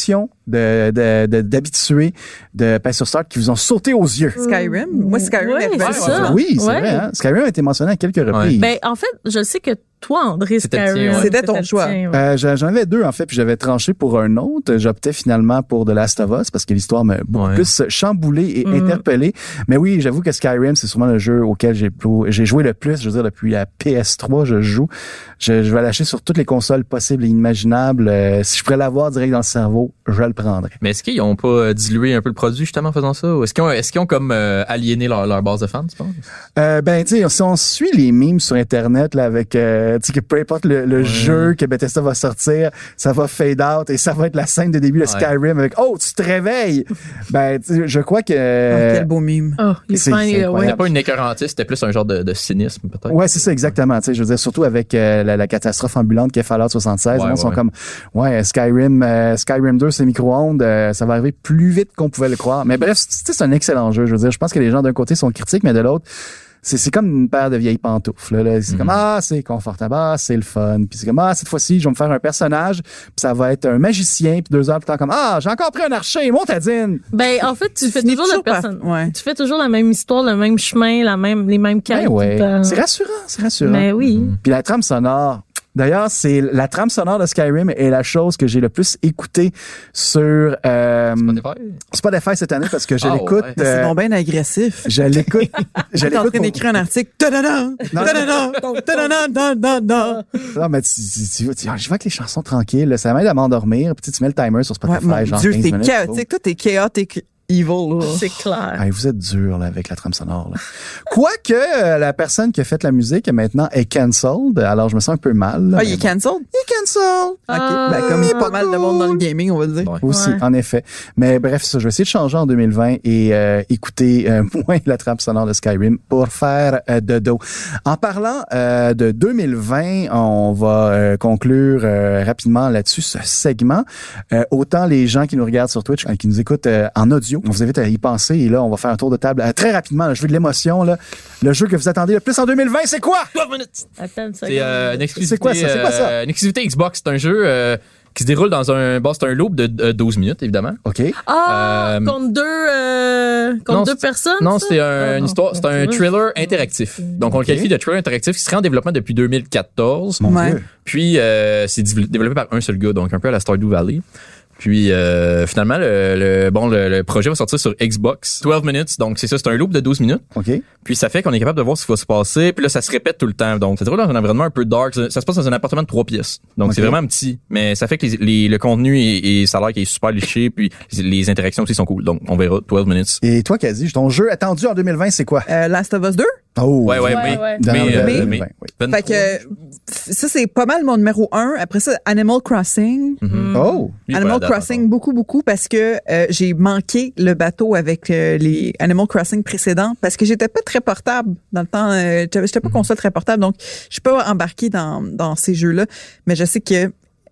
de, de, de, d'habitués de Pace sur Start qui vous ont sauté aux yeux. Skyrim? Moi, Skyrim, Ouais, elle fait c'est ça. ça. Oui, c'est Ouais. vrai. Hein? Skyrim a été mentionné à quelques reprises. Ben, en fait, je sais que toi, André, C'était le Skyrim, tien, ouais. C'était ton choix. tien, ouais. Euh, j'en j'en avais deux, en fait, puis j'avais tranché pour un autre. J'optais finalement pour The Last of Us parce que l'histoire m'a beaucoup Ouais. plus chamboulé et Mm. interpellé. Mais oui, j'avoue que Skyrim, c'est sûrement le jeu auquel j'ai plou- j'ai joué le plus. Je veux dire, depuis la P S trois, je joue. Je, je vais lâcher sur toutes les consoles possibles et imaginables. Euh, si je pourrais l'avoir direct dans le cerveau, je le prendrais. Mais est-ce qu'ils ont pas euh, dilué un peu le produit justement en faisant ça? Ou est-ce qu'ils ont, est-ce qu'ils ont comme euh, aliéné leur, leur base de fans, tu penses? Euh, ben, tu sais, si on suit les memes sur Internet, là, avec, euh, tu sais, que peu importe le, le jeu que Bethesda va sortir, ça va fade out et ça va être la scène de début de Ouais. Skyrim avec, oh, tu te réveilles! Ben, tu sais, je crois que... Ah, quel beau mime. Oh, you c'est- find c'est your way. incroyable. C'était pas une écœurantiste, c'était plus un genre de, de cynisme peut-être. Ouais, c'est ça, exactement. Tu sais, je veux dire, surtout avec euh, la, la catastrophe ambulante qu'est Fallout soixante-seize, Ouais, ils ouais, sont ouais. comme, ouais, Skyrim, euh, Skyrim deux, c'est micro-ondes, euh, ça va arriver plus vite qu'on pouvait le croire. Mais bref, tu sais, c'est un excellent jeu. Je veux dire, je pense que les gens d'un côté sont critiques, mais de l'autre, c'est c'est comme une paire de vieilles pantoufles. Là, là. C'est Mhm. comme, ah, c'est confortable, ah, c'est le fun. Puis c'est comme, ah, cette fois-ci, je vais me faire un personnage, puis ça va être un magicien, puis deux heures plus tard, comme, ah, j'ai encore pris un archer, montadine. Ben, en fait, tu fais finis toujours la toujours par- personne. ouais. Tu fais toujours la même histoire, le même chemin, la même, les mêmes quêtes. Ben ouais, tout le temps. c'est rassurant, c'est rassurant. Mais oui. Puis la trame sonore. D'ailleurs, c'est la trame sonore de Skyrim est la chose que j'ai le plus écoutée sur euh, Spotify? Spotify cette année parce que je Ah, l'écoute. ouais. C'est euh, donc bien agressif. je l'écoute. je T'es en l'écoute. train d'écrire un article. Ta-da-da! Non, Ta-da-da! Ta-da-da! Ta-da-da! pour- Non, mais tu, tu, tu, tu- je vais avec les chansons tranquilles. là, Ça m'aide à m'endormir. Puis tu sais, tu mets le timer sur Ouais, Spotify. mon genre Dieu, quinze t'es minutes. chaotique. Toi, t'es chaotic evil, là. C'est clair. Hey, vous êtes dur là, avec la trame sonore. Là. Quoique euh, la personne qui a fait la musique maintenant est cancelled, alors je me sens un peu mal. là, Ah, mais il est bon. cancelled? Il est cancelled. OK. Ah. Ben, comme il y a pas pas mal de monde dans le gaming, on va le dire. Ouais. Aussi, Ouais. en effet. Mais bref, ça, je vais essayer de changer en deux mille vingt et euh, écouter euh, moins la trame sonore de Skyrim pour faire euh, de dos. En parlant euh, de deux mille vingt, on va euh, conclure euh, rapidement là-dessus ce segment. Euh, autant les gens qui nous regardent sur Twitch, euh, qui nous écoutent euh, en audio, on vous invite à y penser et là, on va faire un tour de table euh, très rapidement. Là, je veux de l'émotion. Là. Le jeu que vous attendez le plus en deux mille vingt, c'est quoi? douze minutes! Attends une seconde. C'est euh, une exclusivité. C'est quoi ça? C'est quoi ça? euh, une exclusivité Xbox. C'est un jeu euh, qui se déroule dans un, bon, c'est un loop de euh, douze minutes, évidemment. OK. Ah, Euh, contre deux, euh, contre non, deux c'est- personnes? Non, ça? c'était un, Ah, une non. histoire, c'est un Ok. thriller interactif. Donc, on Ok. le qualifie de thriller interactif qui serait en développement depuis deux mille quatorze. Mon Ouais. Dieu. Puis, euh, c'est div- développé par un seul gars, donc un peu à la Stardew Valley. Puis euh, finalement, le, le bon le, le projet va sortir sur Xbox. douze minutes, donc c'est ça, c'est un loop de douze minutes. OK. Puis ça fait qu'on est capable de voir ce qui va se passer. Puis là, ça se répète tout le temps. Donc, c'est drôle dans un environnement un peu dark. Ça, ça se passe dans un appartement de trois pièces. Donc, Ok. c'est vraiment petit. Mais ça fait que les, les- le contenu est, est- ça a l'air qu'il est super liché. Puis les, les interactions aussi sont cool. Donc, on verra douze minutes. Et toi, Kazi, ton jeu attendu en deux mille vingt, c'est quoi? Euh, Last of Us deux? Oh, Ouais, ouais, Ouais, mais, ouais. Dans mais, le euh, mais- mais- oui. Fait vingt-trois. que ça, c'est pas mal mon numéro un. Après ça, Animal Crossing. Mhm. Oh! Lui, pas Animal la date Crossing, encore. beaucoup, beaucoup, parce que euh, j'ai manqué le bateau avec euh, les Animal Crossing précédents, parce que j'étais pas très portable dans le temps. Euh, j'étais j'étais pas console très portable, donc je suis pas embarquée dans, dans ces jeux-là. Mais je sais que, euh,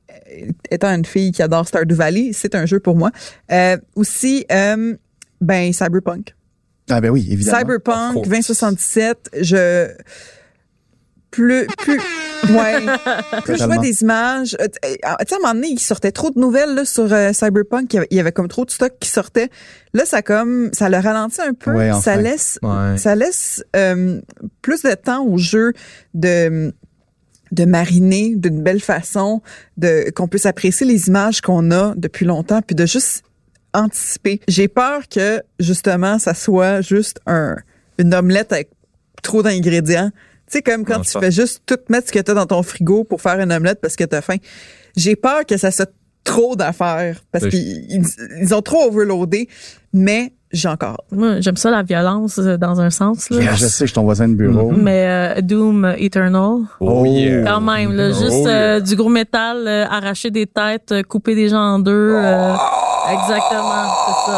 étant une fille qui adore Stardew Valley, c'est un jeu pour moi. Euh, aussi, euh, ben, Cyberpunk. Ah ben oui, évidemment. Of Cyberpunk course. vingt soixante-dix-sept, je plus plus ouais, plus je vois Totalement. des images, euh, tu sais à un moment donné, il sortait trop de nouvelles là, sur euh, Cyberpunk, il y, avait, il y avait comme trop de stock qui sortait. Là, ça comme ça le ralentit un peu, Ouais, ça enfin. laisse Ouais. ça laisse euh, plus de temps au jeu de de mariner d'une belle façon, de qu'on puisse apprécier les images qu'on a depuis longtemps, puis de juste anticiper. J'ai peur que justement ça soit juste un une omelette avec trop d'ingrédients. Tu sais, comme quand Non, tu ça. fais juste tout mettre ce que tu as dans ton frigo pour faire une omelette parce que tu as faim. J'ai peur que ça soit trop d'affaires parce Oui. qu'ils ils- ils ont trop overloadé, mais j'ai encore. Moi, j'aime ça, la violence, euh, dans un sens, là. Yeah, je sais, je suis ton voisin de bureau. Mais euh, Doom Eternal, Oh, yeah. quand même, là, Oh, juste yeah. euh, du gros métal, euh, arracher des têtes, euh, couper des gens en deux. euh, exactement,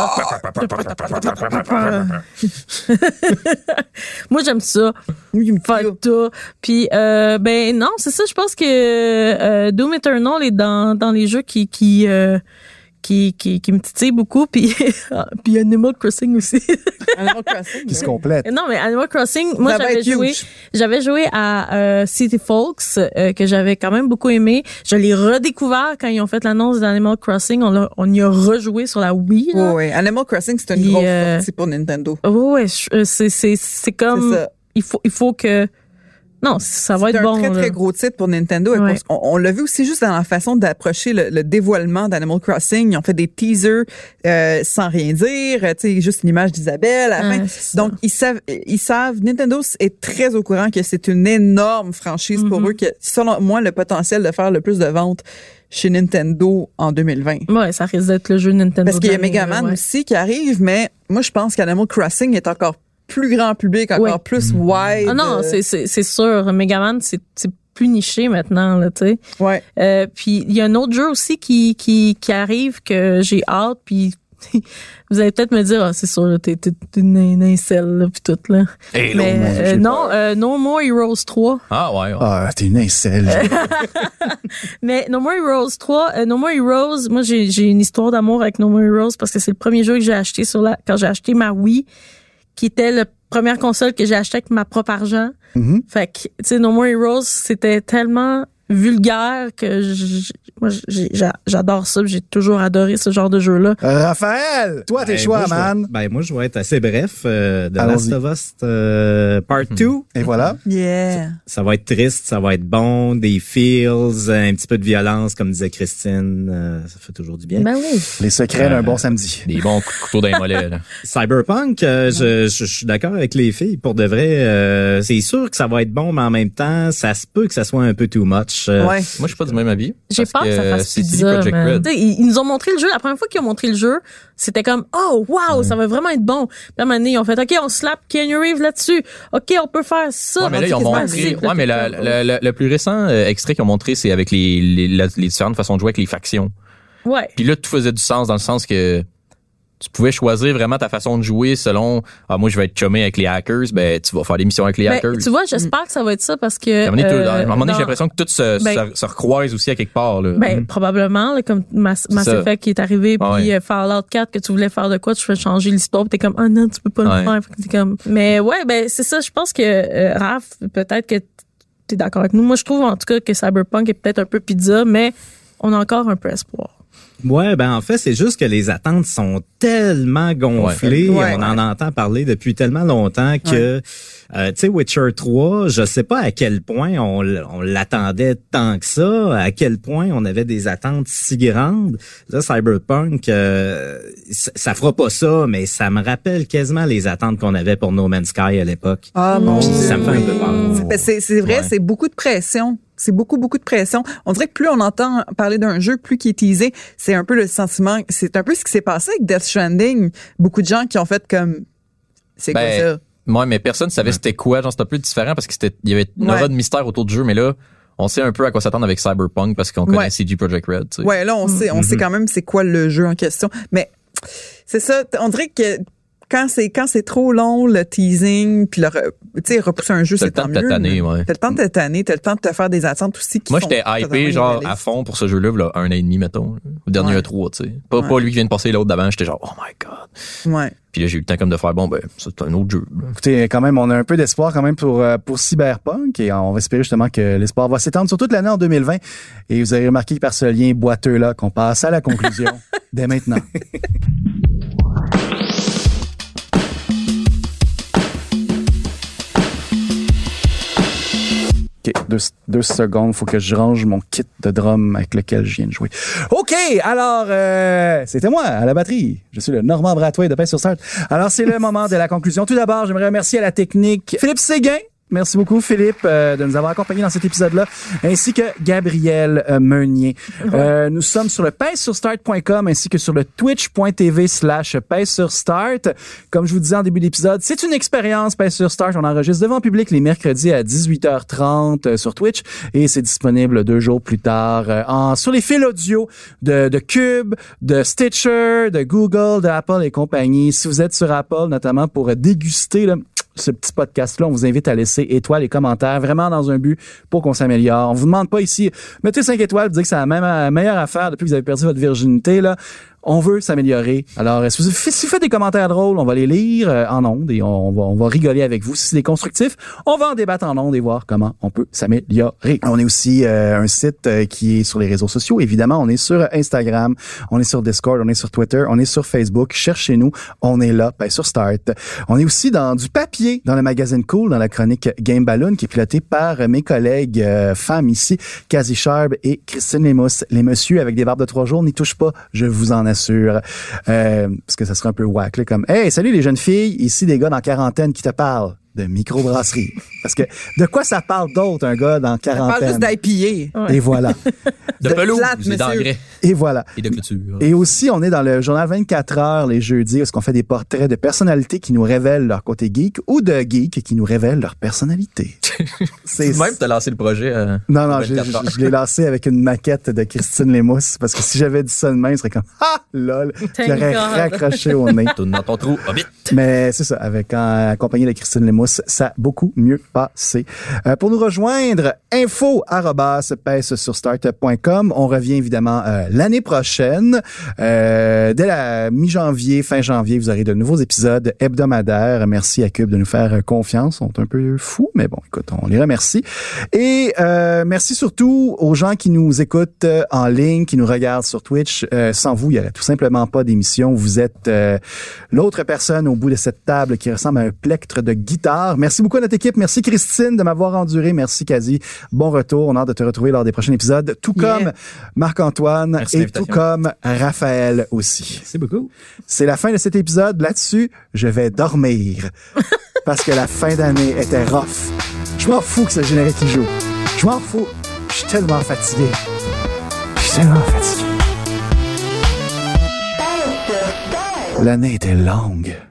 c'est ça. Moi, j'aime ça. Faire tout. Puis, euh, ben non, c'est ça. Je pense que euh, Doom Eternal est dans dans les jeux qui qui euh, qui qui qui me titille beaucoup, puis puis Animal Crossing aussi. Animal Crossing. Qui se complète. Non, mais Animal Crossing, moi Ça va j'avais être joué, huge. j'avais joué à euh, City Folks euh, que j'avais quand même beaucoup aimé. Je l'ai redécouvert quand ils ont fait l'annonce d'Animal Crossing. On l'a, on y a rejoué sur la Wii. Oui, Là. oui. Animal Crossing, c'est une Puis, grosse euh, sortie pour Nintendo. Ouais, ouais, je- euh, c'est c'est c'est comme C'est ça. il faut il faut que non, ça va C'est être un bon. très, là. très gros titre pour Nintendo. Et Ouais. pour- on on l'a vu aussi juste dans la façon d'approcher le, le dévoilement d'Animal Crossing. Ils ont fait des teasers euh, sans rien dire, tu sais, juste une image d'Isabelle à la Ouais, fin. c'est ça. Donc, ils savent, ils savent, Nintendo est très au courant que c'est une énorme franchise pour Mhm. eux, que selon moi, le potentiel de faire le plus de ventes chez Nintendo en deux mille vingt. Ouais, ça risque d'être le jeu Nintendo. Parce qu'il y a de l'année, Mega Man ouais. aussi qui arrive, mais moi, je pense qu'Animal Crossing est encore plus grand public, encore Ouais. plus wide. Ah non, euh, c'est c'est c'est sûr. Mega Man, c'est c'est plus niché maintenant, là, tu sais. Ouais. Euh, puis il y a un autre jeu aussi qui qui qui arrive que j'ai hâte, puis vous allez peut-être me dire, ah, c'est sûr, là, t'es t'es t'es une, une incel là, puis tout là. Hey, Mais là, euh, non, euh, No More Heroes trois. Ah ouais. ouais. Ah, t'es une incel. Mais No More Heroes trois, euh, No More Heroes, moi j'ai j'ai une histoire d'amour avec No More Heroes parce que c'est le premier jeu que j'ai acheté sur la quand j'ai acheté ma Wii, qui était la première console que j'ai acheté avec ma propre argent. Mhm. Fait que tu sais No More Heroes, c'était tellement vulgaire que j- moi j'ai- j'a- j'adore ça, puis j'ai toujours adoré ce genre de jeu là. Euh, Raphaël, toi, tes Ben, choix, moi, je vais- man. Ben, moi, je vais être assez bref. Euh, The Allons-y. Last of Us euh, Part deux. Et voilà. Yeah. Ça va être triste, ça va être bon, des feels, un petit peu de violence, comme disait Christine. euh, ça fait toujours du bien. Ben oui. Les secrets Euh, d'un bon samedi. Des bons coups de couteau dans les mollets, là. Cyberpunk, euh, je, je, je suis d'accord avec les filles. Pour de vrai, euh, c'est sûr que ça va être bon, mais en même temps, ça se peut que ça soit un peu too much. Euh, Ouais. Moi, je suis pas du même avis. J'ai parce peur que ça fasse c'est C D pizza, Projekt man. Red. Tu sais, Ils, ils nous ont montré le jeu. La première fois qu'ils ont montré le jeu, c'était comme, oh, wow, ça va vraiment être bon. Puis à un moment donné, ils ont fait, OK, on slap Keanu Reeves là-dessus. OK, on peut faire ça. Ouais, mais là, ils ont Quasiment montré. cible, Ouais, mais la- là, la- la- le plus récent euh, extrait qu'ils ont montré, c'est avec les, les, la- les différentes façons de jouer avec les factions. Ouais. Puis là, tout faisait du sens dans le sens que tu pouvais choisir vraiment ta façon de jouer selon, ah, moi, je vais être chumé avec les hackers, ben, tu vas faire des missions avec les Ben, hackers. tu vois, j'espère que ça va être ça parce que. À un moment donné, tout- euh, à un moment donné, dans- j'ai l'impression que tout se, Ben- se, se recroise aussi à quelque part, là. Ben, probablement, là, comme Mass, Mass ça. Effect qui est arrivé, puis Ah ouais. euh, Fallout quatre, que tu voulais faire de quoi, tu fais changer l'histoire, puis t'es comme, ah non, tu peux pas Ouais. le faire. Fait que t'es comme, mais ouais, ben, c'est ça, je pense que, euh, Raph, peut-être que t'es d'accord avec nous. Moi, je trouve, en tout cas, que Cyberpunk est peut-être un peu pizza, mais on a encore un peu espoir. Ouais, ben en fait, c'est juste que les attentes sont tellement gonflées, Ouais. on en entend parler depuis tellement longtemps que, euh, tu sais, Witcher trois, je sais pas à quel point on, l- on l'attendait tant que ça, à quel point on avait des attentes si grandes. Là, Cyberpunk, euh, ça, ça fera pas ça, mais ça me rappelle quasiment les attentes qu'on avait pour No Man's Sky à l'époque. Ah, mon Puis Dieu. ça me fait un peu peur. C'est- C'est c'est vrai, Ouais. c'est beaucoup de pression. C'est beaucoup, beaucoup de pression. On dirait que plus on entend parler d'un jeu, plus qu'il est teasé, c'est un peu le sentiment, c'est un peu ce qui s'est passé avec Death Stranding. Beaucoup de gens qui ont fait comme, c'est quoi Ben, ça? Ouais, mais personne savait c'était quoi. Genre, c'était un peu différent parce que c'était, il y avait une Ouais. aura de mystère autour du jeu, mais là, on sait un peu à quoi s'attendre avec Cyberpunk parce qu'on connaît Ouais. C D Projekt Red, tu sais. Ouais, là, on sait, on sait quand même c'est quoi le jeu en question. Mais c'est ça, t- on dirait que quand c'est quand c'est trop long, le teasing, puis le, re- tu sais, repousser un jeu, T'as c'est le temps tant de mieux. tâtonner, mais ouais. T'as le temps de t'étonner, t'as le temps de te faire des attentes aussi qui Moi, sont j'étais totalement hypé, genre, à irréalistes. fond pour ce jeu-là, là, un an et demi, mettons. là, Au dernier Ouais. E trois, tu sais. Pas, Ouais. pas lui qui vient de passer l'autre d'avant, j'étais genre, oh my god. Ouais. Puis là, j'ai eu le temps comme de faire, bon, ben, c'est un autre jeu. là. Écoutez, quand même, on a un peu d'espoir quand même pour, euh, pour Cyberpunk et on va espérer justement que l'espoir va s'étendre sur toute l'année en deux mille vingt. Et vous avez remarqué par ce lien boiteux-là qu'on passe à la conclusion dès maintenant. OK, deux, deux secondes, faut que je range mon kit de drum avec lequel je viens de jouer. OK, alors, euh, c'était moi, à la batterie. Je suis le Normand Bratois de Paix sur Start. Alors, c'est le moment de la conclusion. Tout d'abord, j'aimerais remercier à la technique Philippe Séguin. Merci beaucoup, Philippe, euh, de nous avoir accompagnés dans cet épisode-là, ainsi que Gabriel euh, Meunier. Euh, nous sommes sur le pèse sur start point com ainsi que sur le twitch.tv slash pèse sur start. Comme je vous disais en début d'épisode, c'est une expérience Pèse sur Start. On enregistre devant public les mercredis à dix-huit heures trente euh, sur Twitch et c'est disponible deux jours plus tard euh, en, sur les fils audio de, de Cube, de Stitcher, de Google, de Apple et compagnie. Si vous êtes sur Apple, notamment pour euh, déguster là, ce petit podcast-là. On vous invite à laisser étoiles et commentaires, vraiment dans un but pour qu'on s'améliore. On vous demande pas ici, mettez cinq étoiles, vous dites que c'est la même, la meilleure affaire depuis que vous avez perdu votre virginité, là. On veut s'améliorer. Alors, si vous, si vous faites des commentaires drôles, on va les lire euh, en ondes et on, on, va, on va rigoler avec vous. Si c'est constructif, on va en débattre en ondes et voir comment on peut s'améliorer. On est aussi euh, un site euh, qui est sur les réseaux sociaux. Évidemment, on est sur Instagram, on est sur Discord, on est sur Twitter, on est sur Facebook. Cherchez-nous, on est là, ben, sur Start. On est aussi dans du papier, dans le magazine Cool, dans la chronique Game Balloon, qui est pilotée par mes collègues euh, femmes ici, Cathy Sharb et Christine Lémousse. Les messieurs avec des barbes de trois jours n'y touchent pas, je vous en assure. Euh, parce que ça serait un peu whack, là, comme « Hey, salut les jeunes filles, ici des gars dans quarantaine qui te parlent de microbrasserie. » Parce que de quoi ça parle d'autre, un gars dans quarantaine? Ça parle juste d'I P A. Ouais. Et voilà. De pelouse plate, et d'engrais. Et voilà. Et de clôture. Et aussi, on est dans le journal vingt-quatre heures les jeudis, où on fait des portraits de personnalités qui nous révèlent leur côté geek ou de geeks qui nous révèlent leur personnalité. C'est même t'as lancé le projet. Euh, non, non, je, je, je l'ai lancé avec une maquette de Christine Lémousse parce que si j'avais dit ça de même, ce serait comme ah lol, j'aurais raccroché au nez. Tourne dans ton trou, hobbit. Mais c'est ça, avec en accompagné de Christine Lémousse, ça a beaucoup mieux passé. Euh, pour nous rejoindre, info arobase pèse sur start point com. On revient évidemment euh, l'année prochaine. Euh, dès la mi-janvier, fin janvier, vous aurez de nouveaux épisodes hebdomadaires. Merci à Cube de nous faire confiance. On est un peu fous, mais bon, écoute, on les remercie. Et euh, merci surtout aux gens qui nous écoutent en ligne, qui nous regardent sur Twitch. Euh, sans vous, il n'y aurait tout simplement pas d'émission. Vous êtes euh, l'autre personne au bout de cette table qui ressemble à un plectre de guitare. Merci beaucoup à notre équipe. Merci Christine de m'avoir enduré. Merci Cathy. Bon retour. On a hâte de te retrouver lors des prochains épisodes. Tout yeah. comme Marc-Antoine Merci et tout comme Raphaël aussi. Merci beaucoup. C'est la fin de cet épisode. Là-dessus, je vais dormir. Parce que la fin d'année était rough. Je m'en fous que ce générique qui joue. Je m'en fous. Je suis tellement fatigué. Je suis tellement fatigué. L'année était longue.